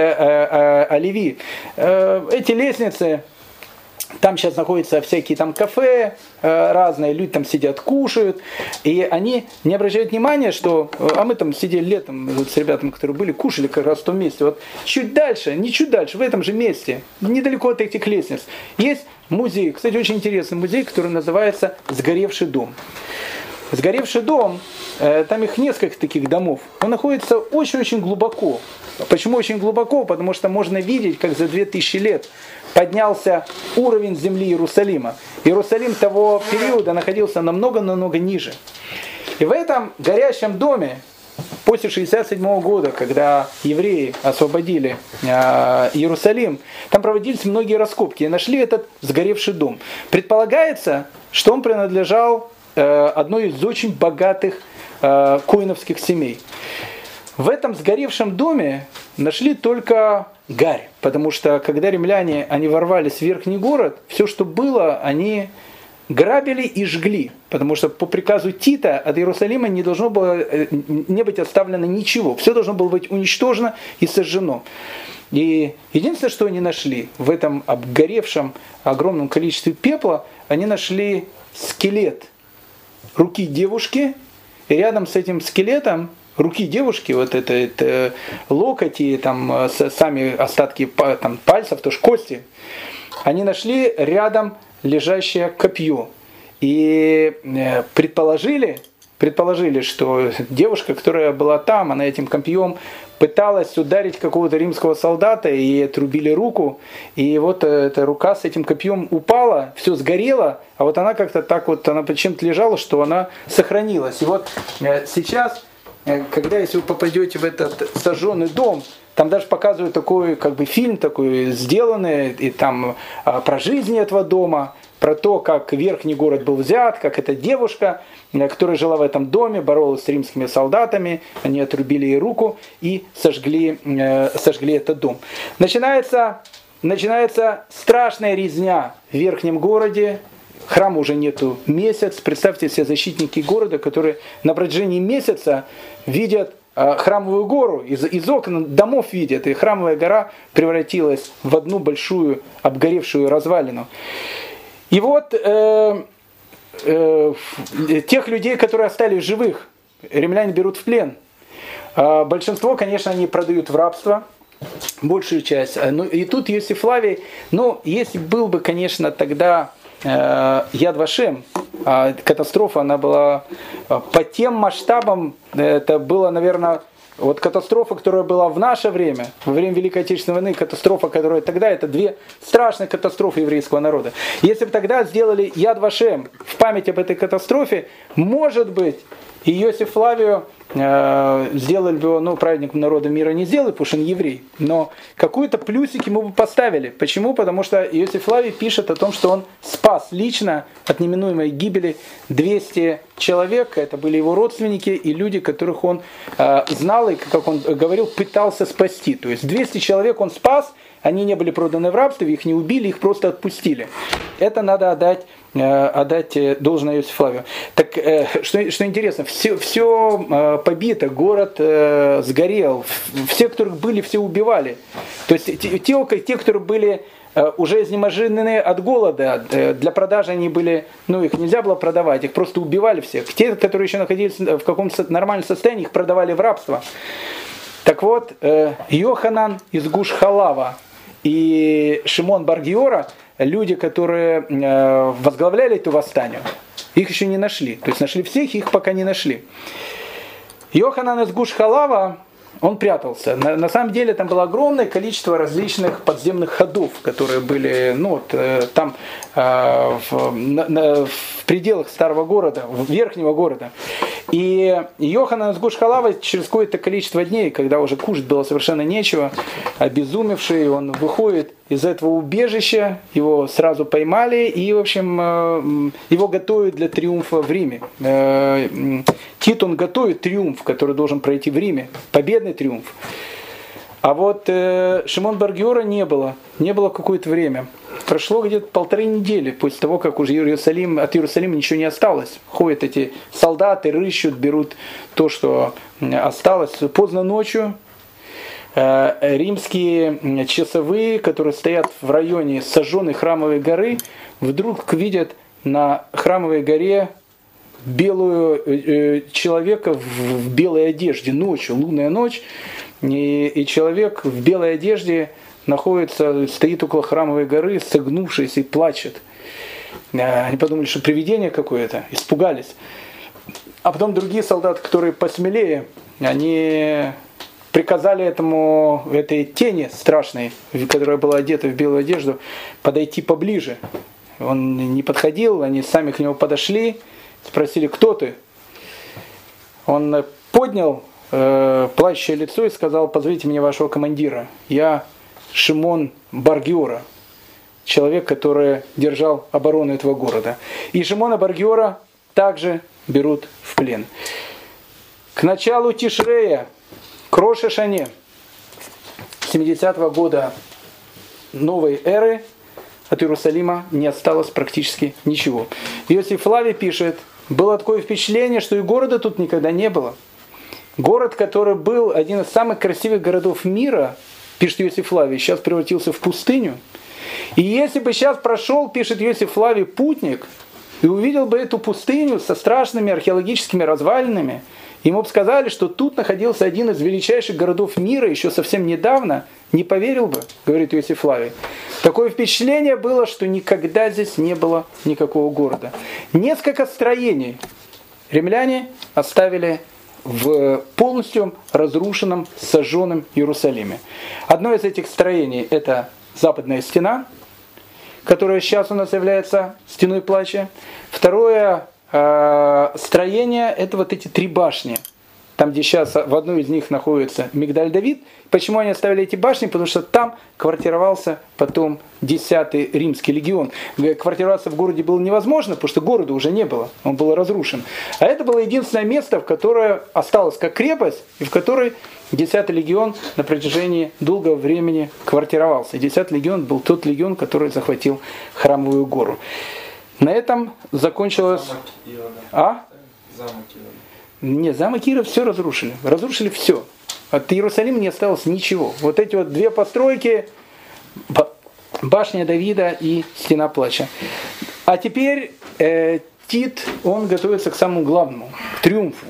S1: Алеви. Эти лестницы, там сейчас находятся всякие там кафе разные, люди там сидят, кушают, и они не обращают внимания, что... А мы там сидели летом вот с ребятами, которые были, кушали как раз в том месте. Вот чуть дальше, не чуть дальше, в этом же месте, недалеко от этих лестниц, есть музей, кстати, очень интересный музей, который называется «Сгоревший дом». Сгоревший дом, там их несколько таких домов, он находится очень-очень глубоко. Почему очень глубоко? Потому что можно видеть, как за две тысячи лет поднялся уровень земли Иерусалима. Иерусалим того периода находился намного-намного ниже. И в этом горящем доме, после шестьдесят седьмого года, когда евреи освободили Иерусалим, там проводились многие раскопки и нашли этот сгоревший дом. Предполагается, что он принадлежал одной из очень богатых э, коиновских семей. В этом сгоревшем доме нашли только гарь, потому что когда римляне они ворвались в верхний город, все, что было, они грабили и жгли, потому что по приказу Тита от Иерусалима не должно было не быть оставлено ничего, все должно было быть уничтожено и сожжено. И единственное, что они нашли в этом обгоревшем огромном количестве пепла, они нашли скелет руки девушки, и рядом с этим скелетом руки девушки, вот это, это локоть и там сами остатки там, пальцев, тоже кости, они нашли рядом лежащее копье. И предположили, предположили, что девушка, которая была там, она этим копьем пыталась ударить какого-то римского солдата, и ей отрубили руку, и вот эта рука с этим копьем упала, все сгорело, а вот она как-то так вот, она почему-то лежала, что она сохранилась. И вот сейчас, когда если вы попадете в этот сожженный дом, там даже показывают такой как бы фильм такой сделанный, и там про жизнь этого дома, про то, как верхний город был взят, как эта девушка, которая жила в этом доме, боролась с римскими солдатами, они отрубили ей руку и сожгли, э, сожгли этот дом. Начинается, начинается страшная резня в верхнем городе, храма уже нету месяц. Представьте себе защитники города, которые на протяжении месяца видят э, храмовую гору, из, из окон домов видят, и храмовая гора превратилась в одну большую обгоревшую развалину. И вот э, э, тех людей, которые остались живых, римляне берут в плен. А большинство, конечно, они продают в рабство, большую часть. Ну, и тут Иосиф Флавий, ну, если был бы, конечно, тогда э, Яд Вашем, а катастрофа, она была по тем масштабам, это было, наверное, вот катастрофа, которая была в наше время, во время Великой Отечественной войны, катастрофа, которая тогда, это две страшные катастрофы еврейского народа. Если бы тогда сделали Яд Вашем в память об этой катастрофе, может быть, и Иосиф Флавию э, сделали бы, ну, праведником народа мира не сделали, потому что он еврей, но какой-то плюсик ему бы поставили. Почему? Потому что Иосиф Флавий пишет о том, что он спас лично от неминуемой гибели двести человек, это были его родственники и люди, которых он э, знал и, как он говорил, пытался спасти. То есть двести человек он спас, они не были проданы в рабство, их не убили, их просто отпустили. Это надо отдать, э, отдать должное Иосифу Флавию. Так, э, что, что интересно, все, все э, побито, город э, сгорел, все, которых были, все убивали. То есть те, те, те которые были э, уже изнеможены от голода, э, для продажи они были, ну их нельзя было продавать, их просто убивали всех. Те, которые еще находились в каком-то нормальном состоянии, их продавали в рабство. Так вот, э, Йоханан из Гуш-Халава и Шимон бар-Гиора, люди, которые э, возглавляли эту восстание, их еще не нашли. То есть нашли всех, их пока не нашли. Йоханан из Гуш-Халава, он прятался. На, на самом деле там было огромное количество различных подземных ходов, которые были, ну, вот, э, там э, в, на, на, в пределах старого города, верхнего города. И Йоханан из Гуш-Халава через какое-то количество дней, когда уже кушать было совершенно нечего, обезумевший, он выходит из этого убежища, его сразу поймали, и, в общем, его готовят для триумфа в Риме. Тит, он готовит триумф, который должен пройти в Риме, победный триумф. А вот э, Шимон бар-Гиора не было, не было какое-то время. Прошло где-то полторы недели после того, как уже Иерусалим, от Иерусалима ничего не осталось. Ходят эти солдаты, рыщут, берут то, что осталось. Поздно ночью э, римские часовые, которые стоят в районе сожженной храмовой горы, вдруг видят на храмовой горе белую э, человека в, в белой одежде ночью, лунная ночь. И, и человек в белой одежде находится, стоит около храмовой горы, согнувшись и плачет. Они подумали, что привидение какое-то, испугались. А потом другие солдаты, которые посмелее, они приказали этому, этой тени страшной, которая была одета в белую одежду, подойти поближе. Он не подходил, они сами к нему подошли, спросили, кто ты? Он поднял плачущее лицо и сказал: позовите мне вашего командира. Я Шимон бар-Гиора, человек, который держал оборону этого города. И Шимона бар-Гиора также берут в плен. К началу Тишрея, к Рош ха-Шане, семидесятого года новой эры, от Иерусалима не осталось практически ничего. Иосиф Флавий пишет: было такое впечатление, что и города тут никогда не было. Город, который был один из самых красивых городов мира, пишет Иосиф Флавий, сейчас превратился в пустыню. И если бы сейчас прошел, пишет Иосиф Флавий, путник, и увидел бы эту пустыню со страшными археологическими развалинами, ему бы сказали, что тут находился один из величайших городов мира еще совсем недавно, не поверил бы, говорит Иосиф Флавий. Такое впечатление было, что никогда здесь не было никакого города. Несколько строений. римляне оставили в полностью разрушенном, сожженном Иерусалиме. Одно из этих строений – это западная стена, которая сейчас у нас является стеной плача. Второе э, строение – это вот эти три башни. Там, где сейчас в одной из них находится Мигдаль-Давид. Почему они оставили эти башни? Потому что там квартировался потом десятый римский легион. Квартироваться в городе было невозможно, потому что города уже не было, он был разрушен. А это было единственное место, в которое осталось как крепость, и в которой десятый легион на протяжении долгого времени квартировался. И десятый легион был тот легион, который захватил Храмовую гору. На этом закончилось...
S2: Замок Ирода.
S1: А?
S2: Замок Ирода.
S1: Нет, замок Ира все разрушили. Разрушили все. От Иерусалима не осталось ничего. Вот эти вот две постройки, башня Давида и стена плача. А теперь э, Тит, он готовится к самому главному, к триумфу.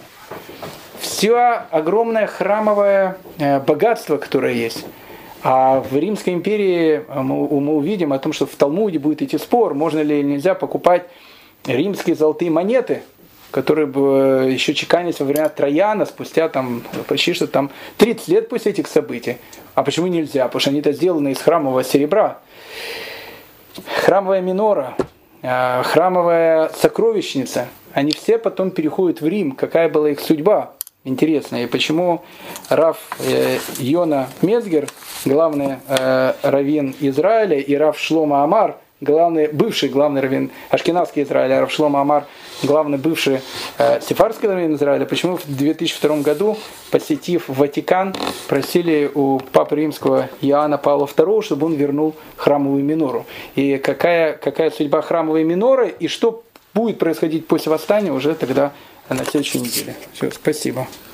S1: Все огромное храмовое э, богатство, которое есть. А в Римской империи мы, мы увидим о том, что в Талмуде будет идти спор, можно ли или нельзя покупать римские золотые монеты, которые бы еще чеканились во время Трояна, спустя там, почти что там тридцать лет после этих событий. А почему нельзя? Потому что они это сделаны из храмового серебра. Храмовая минора, храмовая сокровищница, они все потом переходят в Рим. Какая была их судьба? Интересно. И почему Рав Йона Мецгер, главный раввин Израиля, и Рав Шломо Амар, главный, бывший главный раввин Ашкеназский Израиля, Рав Шломо Амар, главный бывший э, сефардский раввин Израиля, почему в две тысячи втором году, посетив Ватикан, просили у Папы Римского Иоанна Павла второго, чтобы он вернул храмовую минору. И какая, какая судьба храмовой миноры, и что будет происходить после восстания, уже тогда на следующей неделе. Все, спасибо.